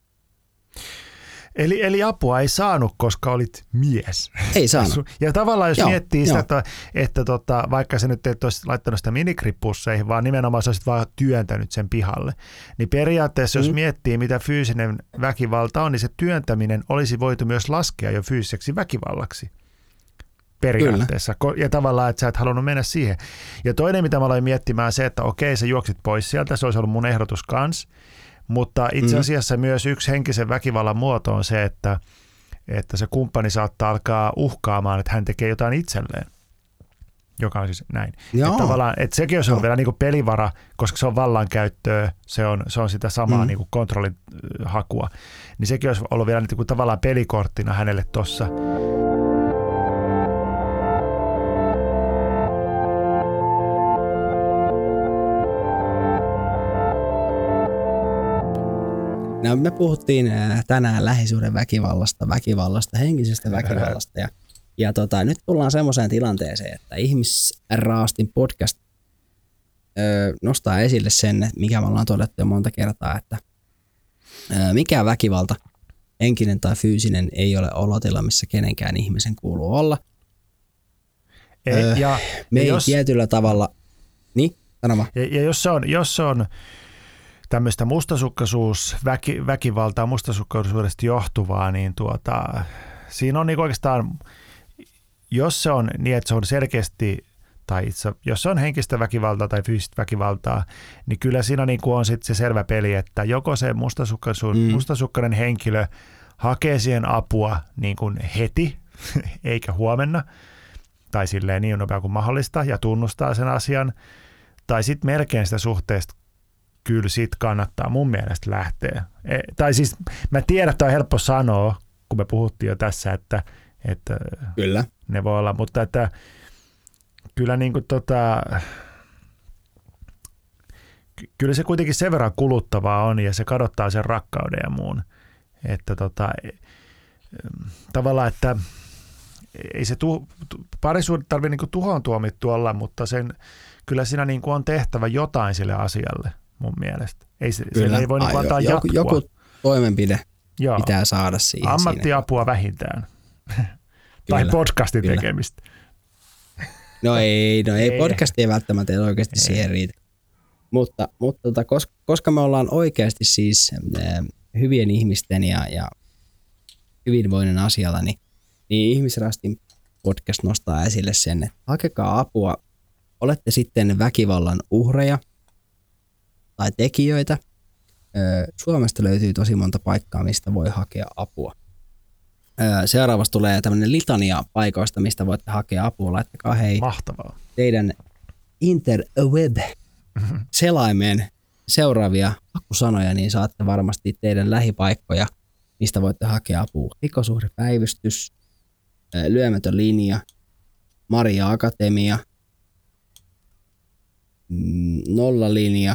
Eli apua ei saanut, koska olit mies. Ei saanut. Ja tavallaan jos miettii sitä, että vaikka sä nyt et olisi laittanut sitä minigrippusseihin, vaan nimenomaan sä olisit vaan työntänyt sen pihalle, niin periaatteessa jos miettii, mitä fyysinen väkivalta on, niin se työntäminen olisi voitu myös laskea jo fyysiseksi väkivallaksi. Periaatteessa. Kyllä. Ja tavallaan, että sä et halunnut mennä siihen. Ja toinen, mitä mä aloin miettimään, se, että okei, sä juoksit pois sieltä, se olisi ollut mun ehdotus kanssa. Mutta itse asiassa myös yksi henkisen väkivallan muoto on se, että se kumppani saattaa alkaa uhkaamaan, että hän tekee jotain itselleen, joka on siis näin. Että tavallaan, että sekin on vielä niin kuin pelivara, koska se on vallankäyttöä, se on sitä samaa niin kuin kontrollin hakua. Niin sekin olisi ollut vielä niin kuin tavallaan pelikorttina hänelle tuossa. No, me puhuttiin tänään lähisuuden väkivallasta, henkisestä väkivallasta ja nyt tullaan semmoiseen tilanteeseen, että Ihmisraastin podcast nostaa esille sen, mikä me ollaan todettu jo monta kertaa, että mikään väkivalta, henkinen tai fyysinen, ei ole olotila, missä kenenkään ihmisen kuuluu olla. Me ei tietyllä tavalla, niin sanoma. Ja jos se on tämmöistä väkivaltaa mustasukkaisuudesta johtuvaa, niin siinä on niin oikeastaan, jos se on niin, että se on selkeästi, tai jos se on henkistä väkivaltaa tai fyysistä väkivaltaa, niin kyllä siinä niin kuin on sitten se selvä peli, että joko se mustasukkainen henkilö hakee siihen apua niin kuin heti, eikä huomenna, tai silleen niin nopea kuin mahdollista, ja tunnustaa sen asian, tai sitten melkein sitä suhteesta kyllä siitä kannattaa mun mielestä lähteä. Tai siis mä tiedän, että on helppo sanoa, kun me puhuttiin jo tässä, että kyllä. Ne voi olla, mutta että kyllä niin kuin kyllä se kuitenkin sen verran kuluttavaa on ja se kadottaa sen rakkauden ja muun. Että tavallaan, että ei se parisuhde tarvitse niin kuin tuhoon tuomittu olla, mutta kyllä siinä niin kuin on tehtävä jotain sille asialle. Mun mielestä. Ei voi antaa jatkua. Joku toimenpide pitää saada siihen. Ammattiapua vähintään. Tai podcastin tekemistä. No ei podcast ei välttämättä oikeasti siihen riitä. Mutta koska me ollaan oikeasti siis hyvien ihmisten ja hyvinvoinnin asialla, niin Ihmisrastin podcast nostaa esille sen, että hakekaa apua. Olette sitten väkivallan uhreja tai tekijöitä. Suomesta löytyy tosi monta paikkaa, mistä voi hakea apua. Seuraavassa tulee tämmöinen litania paikoista, mistä voitte hakea apua. Laittakaa Mahtavaa. Teidän interweb-selaimeen seuraavia hakusanoja, niin saatte varmasti teidän lähipaikkoja, mistä voitte hakea apua. Rikosuhripäivystys, Lyömätön linja, Maria Akatemia, Nollalinja,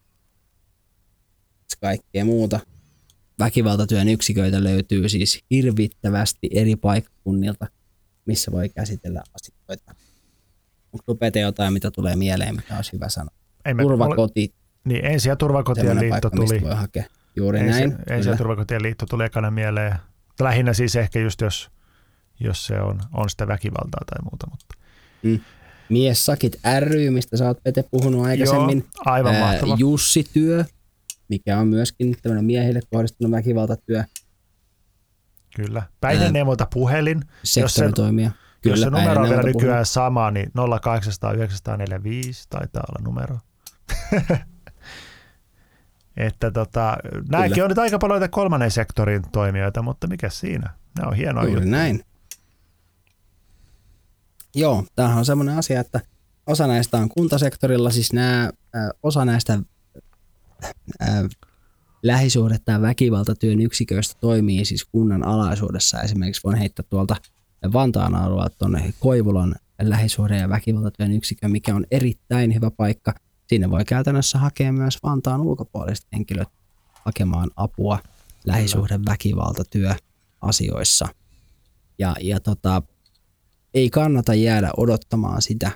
kaikkea muuta. Väkivaltatyön yksiköitä löytyy siis hirvittävästi eri paikkakunnilta, missä voi käsitellä asioita. Onko Lupete jotain, mitä tulee mieleen, mitä olisi hyvä sanoa? Turvakoti. Niin, Ensi- ja Turvakotien liitto tuli. Voi hakea. Juuri näin. Ensi- ja Turvakotien liitto tuli ekana mieleen. Lähinnä siis ehkä just jos se on sitä väkivaltaa tai muuta. Mutta. Miessakit ry, mistä sä oot Pete puhunut aikaisemmin. Joo, aivan mahtava. Jussi-työ, mikä on myöskin tämmöinen miehille kohdistunut väkivaltatyö. Kyllä. Päihdeneuvonta puhelin. Sektoritoimia. Jos se numero on vielä nykyään sama, niin 0800 945 taitaa olla numero. Että nämäkin on nyt aika paljon kolmannen sektorin toimijoita, mutta mikä siinä? Nämä on hienoa juttu. Näin. Joo, tämähän on semmoinen asia, että osa näistä on kuntasektorilla, siis osa näistä lähisuhde- tai väkivaltatyön yksiköistä toimii siis kunnan alaisuudessa. Esimerkiksi voin heittää tuolta Vantaan alueelta tuonne Koivulan lähisuhde- ja väkivaltatyön yksikön, mikä on erittäin hyvä paikka. Sinne voi käytännössä hakea myös Vantaan ulkopuoliset henkilöt hakemaan apua lähisuhde- väkivaltatyöasioissa. Ja ei kannata jäädä odottamaan sitä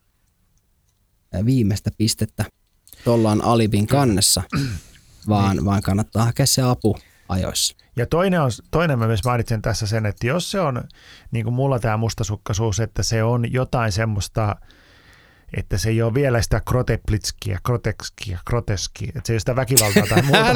viimeistä pistettä tuollaan alibin kannessa, vaan kannattaa hakea se apu ajoissa. Ja toinen mä myös mainitsen tässä sen, että jos se on, niin kuin mulla tämä mustasukkaisuus, että se on jotain semmoista, että se ei ole vielä sitä groteskia, että se ei ole sitä väkivaltaa tai muuta.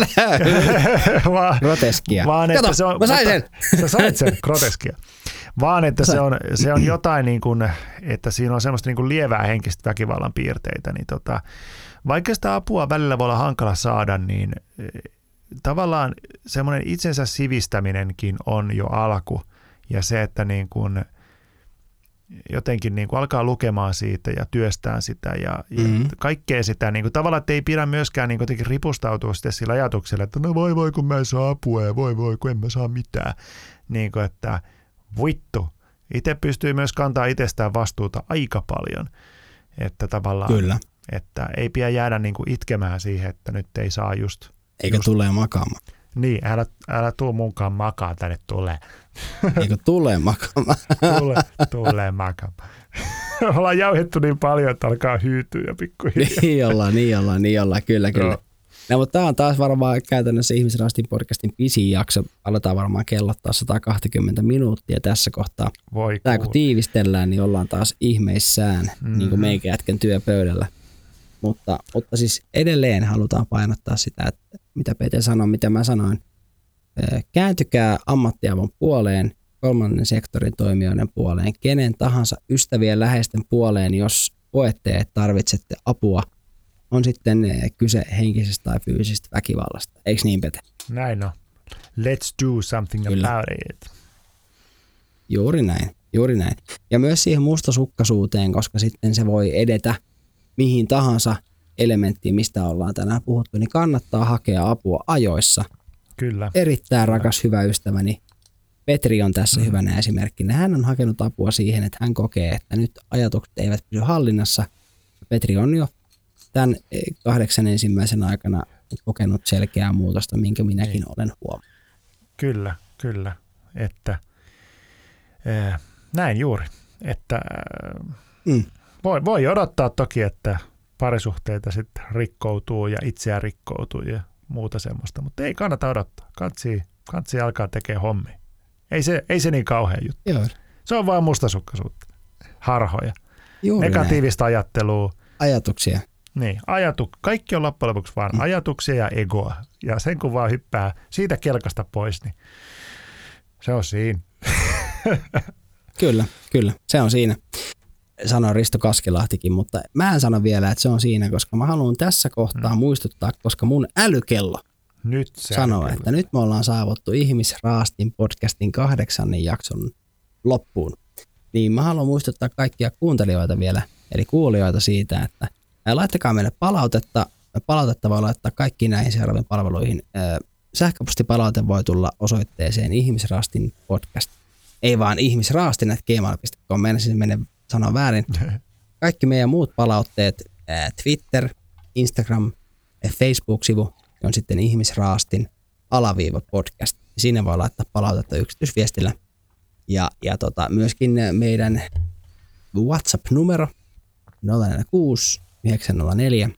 Groteskia. Vaan, kato, se on, mä sain sen. Sä sait sen, groteskia. Vaan, että se on jotain, niin kuin, että siinä on semmoista niin kuin lievää henkistä väkivallan piirteitä. Niin vaikka sitä apua välillä voi olla hankala saada, niin tavallaan semmoinen itsensä sivistäminenkin on jo alku. Ja se, että niin kuin jotenkin niin kuin alkaa lukemaan siitä ja työstään sitä ja kaikkea sitä. Niin kuin tavallaan, että ei pidä myöskään niin jotenkin ripustautua sitten sillä ajatuksella, että no voi kun mä en saa apua ja voi kun en mä saa mitään. Niin kuin, että vittu. Itse pystyy myös kantaa itsestään vastuuta aika paljon. Että tavallaan, kyllä. Että ei pidä jäädä niin kuin itkemään siihen, että nyt ei saa just. Eikä tulee makaamaan. Niin, älä tuu munkaan makaa tänne tulee. Eikö tulee makaamaan? Tulee makaamaan. Ollaan jauhettu niin paljon, että alkaa hyytyä ja pikkuhiljaa. Niin ollaan, kyllä. No, mutta tämä on taas varmaan käytännössä Ihmisrastin podcastin pisin jakso. Aletaan varmaan kellottaa 120 minuuttia tässä kohtaa. Tämä kun tiivistellään, niin ollaan taas ihmeissään, niin kuin meikä jätken työpöydällä. Mutta siis edelleen halutaan painottaa sitä, että mitä Pete sanoi, mitä mä sanoin. Kääntykää ammattiavun puoleen, kolmannen sektorin toimijoiden puoleen, kenen tahansa ystävien läheisten puoleen, jos koette, että tarvitsette apua. On sitten kyse henkisestä tai fyysisestä väkivallasta. Eikö niin, Pete? Näin on. Let's do something about it. Juuri näin. Ja myös siihen mustasukkaisuuteen, koska sitten se voi edetä mihin tahansa elementtiin, mistä ollaan tänään puhuttu, niin kannattaa hakea apua ajoissa. Kyllä. Erittäin rakas hyvä ystäväni Petri on tässä hyvänä esimerkkinä. Hän on hakenut apua siihen, että hän kokee, että nyt ajatukset eivät pysy hallinnassa. Petri on jo tämän 8 ensimmäisen aikana kokenut selkeää muutosta, minkä minäkin olen huomannut. Kyllä. Että, näin juuri. Että, voi odottaa toki, että parisuhteita sitten rikkoutuu ja itseään rikkoutuu ja muuta semmoista, mutta ei kannata odottaa. Kansi alkaa tekemään hommia. Ei se niin kauhean juttu. Joo. Se on vaan mustasukkaisuutta. Harhoja. negatiivista ajattelua. Ajatuksia. Niin, kaikki on loppujen lopuksi vaan ajatuksia ja egoa. Ja sen kun vaan hyppää siitä kelkasta pois, niin se on siinä. Kyllä, se on siinä. Sanoi Risto Kaskelahtikin, mutta mä en sano vielä, että se on siinä, koska mä haluan tässä kohtaa muistuttaa, koska mun älykello sanoo, että nyt me ollaan saavuttu Ihmisraastin podcastin 8. jakson loppuun. Niin mä haluan muistuttaa kaikkia kuuntelijoita vielä, eli kuulijoita siitä, että laittakaa meille palautetta. Palautetta voi laittaa kaikkiin näihin seuraaviin palveluihin. Sähköpostipalaute voi tulla osoitteeseen Ihmisraastin podcast. Ei vaan ihmisraastin@gmail.com. Meinasin sanoa väärin. Kaikki meidän muut palautteet, Twitter, Instagram, Facebook-sivu on sitten Ihmisraastin /podcast. Sinne voi laittaa palautetta yksityisviestillä. Ja myöskin meidän WhatsApp-numero 046 904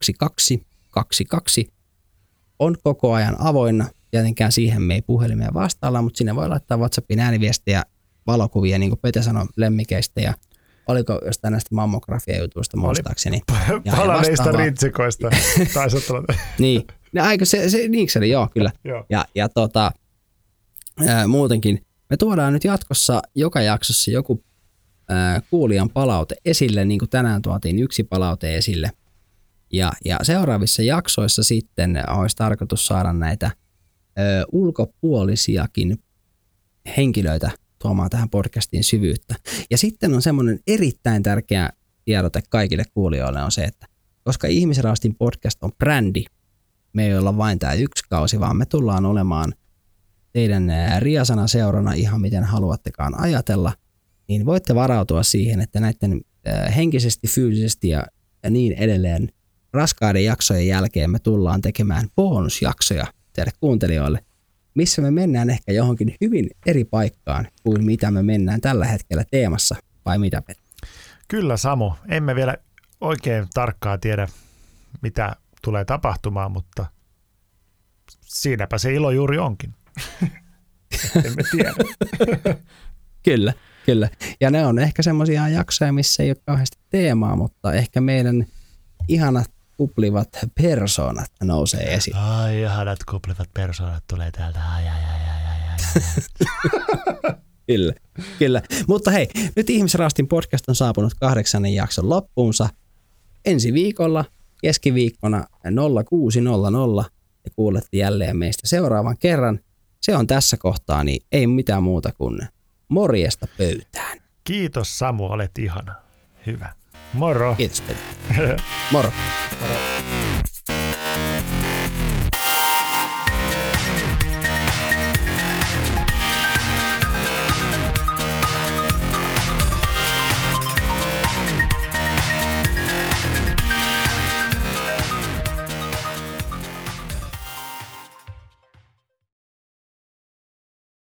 2222 on koko ajan avoinna. Tietenkään siihen me ei puhelimeen vastailla, mutta sinne voi laittaa WhatsAppin ääniviestejä, valokuvia, niin kuin Pete sanoi, lemmikeistä ja oliko jostain näistä mammografia-jutuista muistaakseni. Palaneista ritsikoista. Niin, aika niinkö se oli? Joo, kyllä. Joo. Ja muutenkin me tuodaan nyt jatkossa joka jaksossa joku kuulijan palaute esille, niin kuin tänään tuotiin yksi palaute esille. Ja seuraavissa jaksoissa sitten olisi tarkoitus saada näitä ulkopuolisiakin henkilöitä tuomaan tähän podcastin syvyyttä. Ja sitten on semmoinen erittäin tärkeä tiedote kaikille kuulijoille on se, että koska Ihmisraastin podcast on brändi, me ei olla vain tämä yksi kausi, vaan me tullaan olemaan teidän Riasana seurana ihan miten haluattekaan ajatella, niin voitte varautua siihen, että näiden henkisesti, fyysisesti ja niin edelleen raskaiden jaksojen jälkeen me tullaan tekemään bonusjaksoja teille kuuntelijoille, missä me mennään ehkä johonkin hyvin eri paikkaan kuin mitä me mennään tällä hetkellä teemassa, vai mitä, Pet? Kyllä, Samu. Emme vielä oikein tarkkaan tiedä, mitä tulee tapahtumaan, mutta siinäpä se ilo juuri onkin. Emme tiedä. Kyllä. Ja ne on ehkä semmoisia jaksoja, missä ei ole kauheasti teemaa, mutta ehkä meidän ihanat kuplivat persoonat nousee esiin. Ai, ihanat kuplivat persoonat tulee täältä. Kyllä. Mutta hei, nyt Ihmisraastin podcast on saapunut 8. jakson loppuunsa. Ensi viikolla, keskiviikkona 06.00 ja kuulette jälleen meistä seuraavan kerran. Se on tässä kohtaa, niin ei mitään muuta kuin morjesta pöytään. Kiitos Samu, olet ihana. Hyvä. Moro. Kiitos, Pete. Moro. Moro.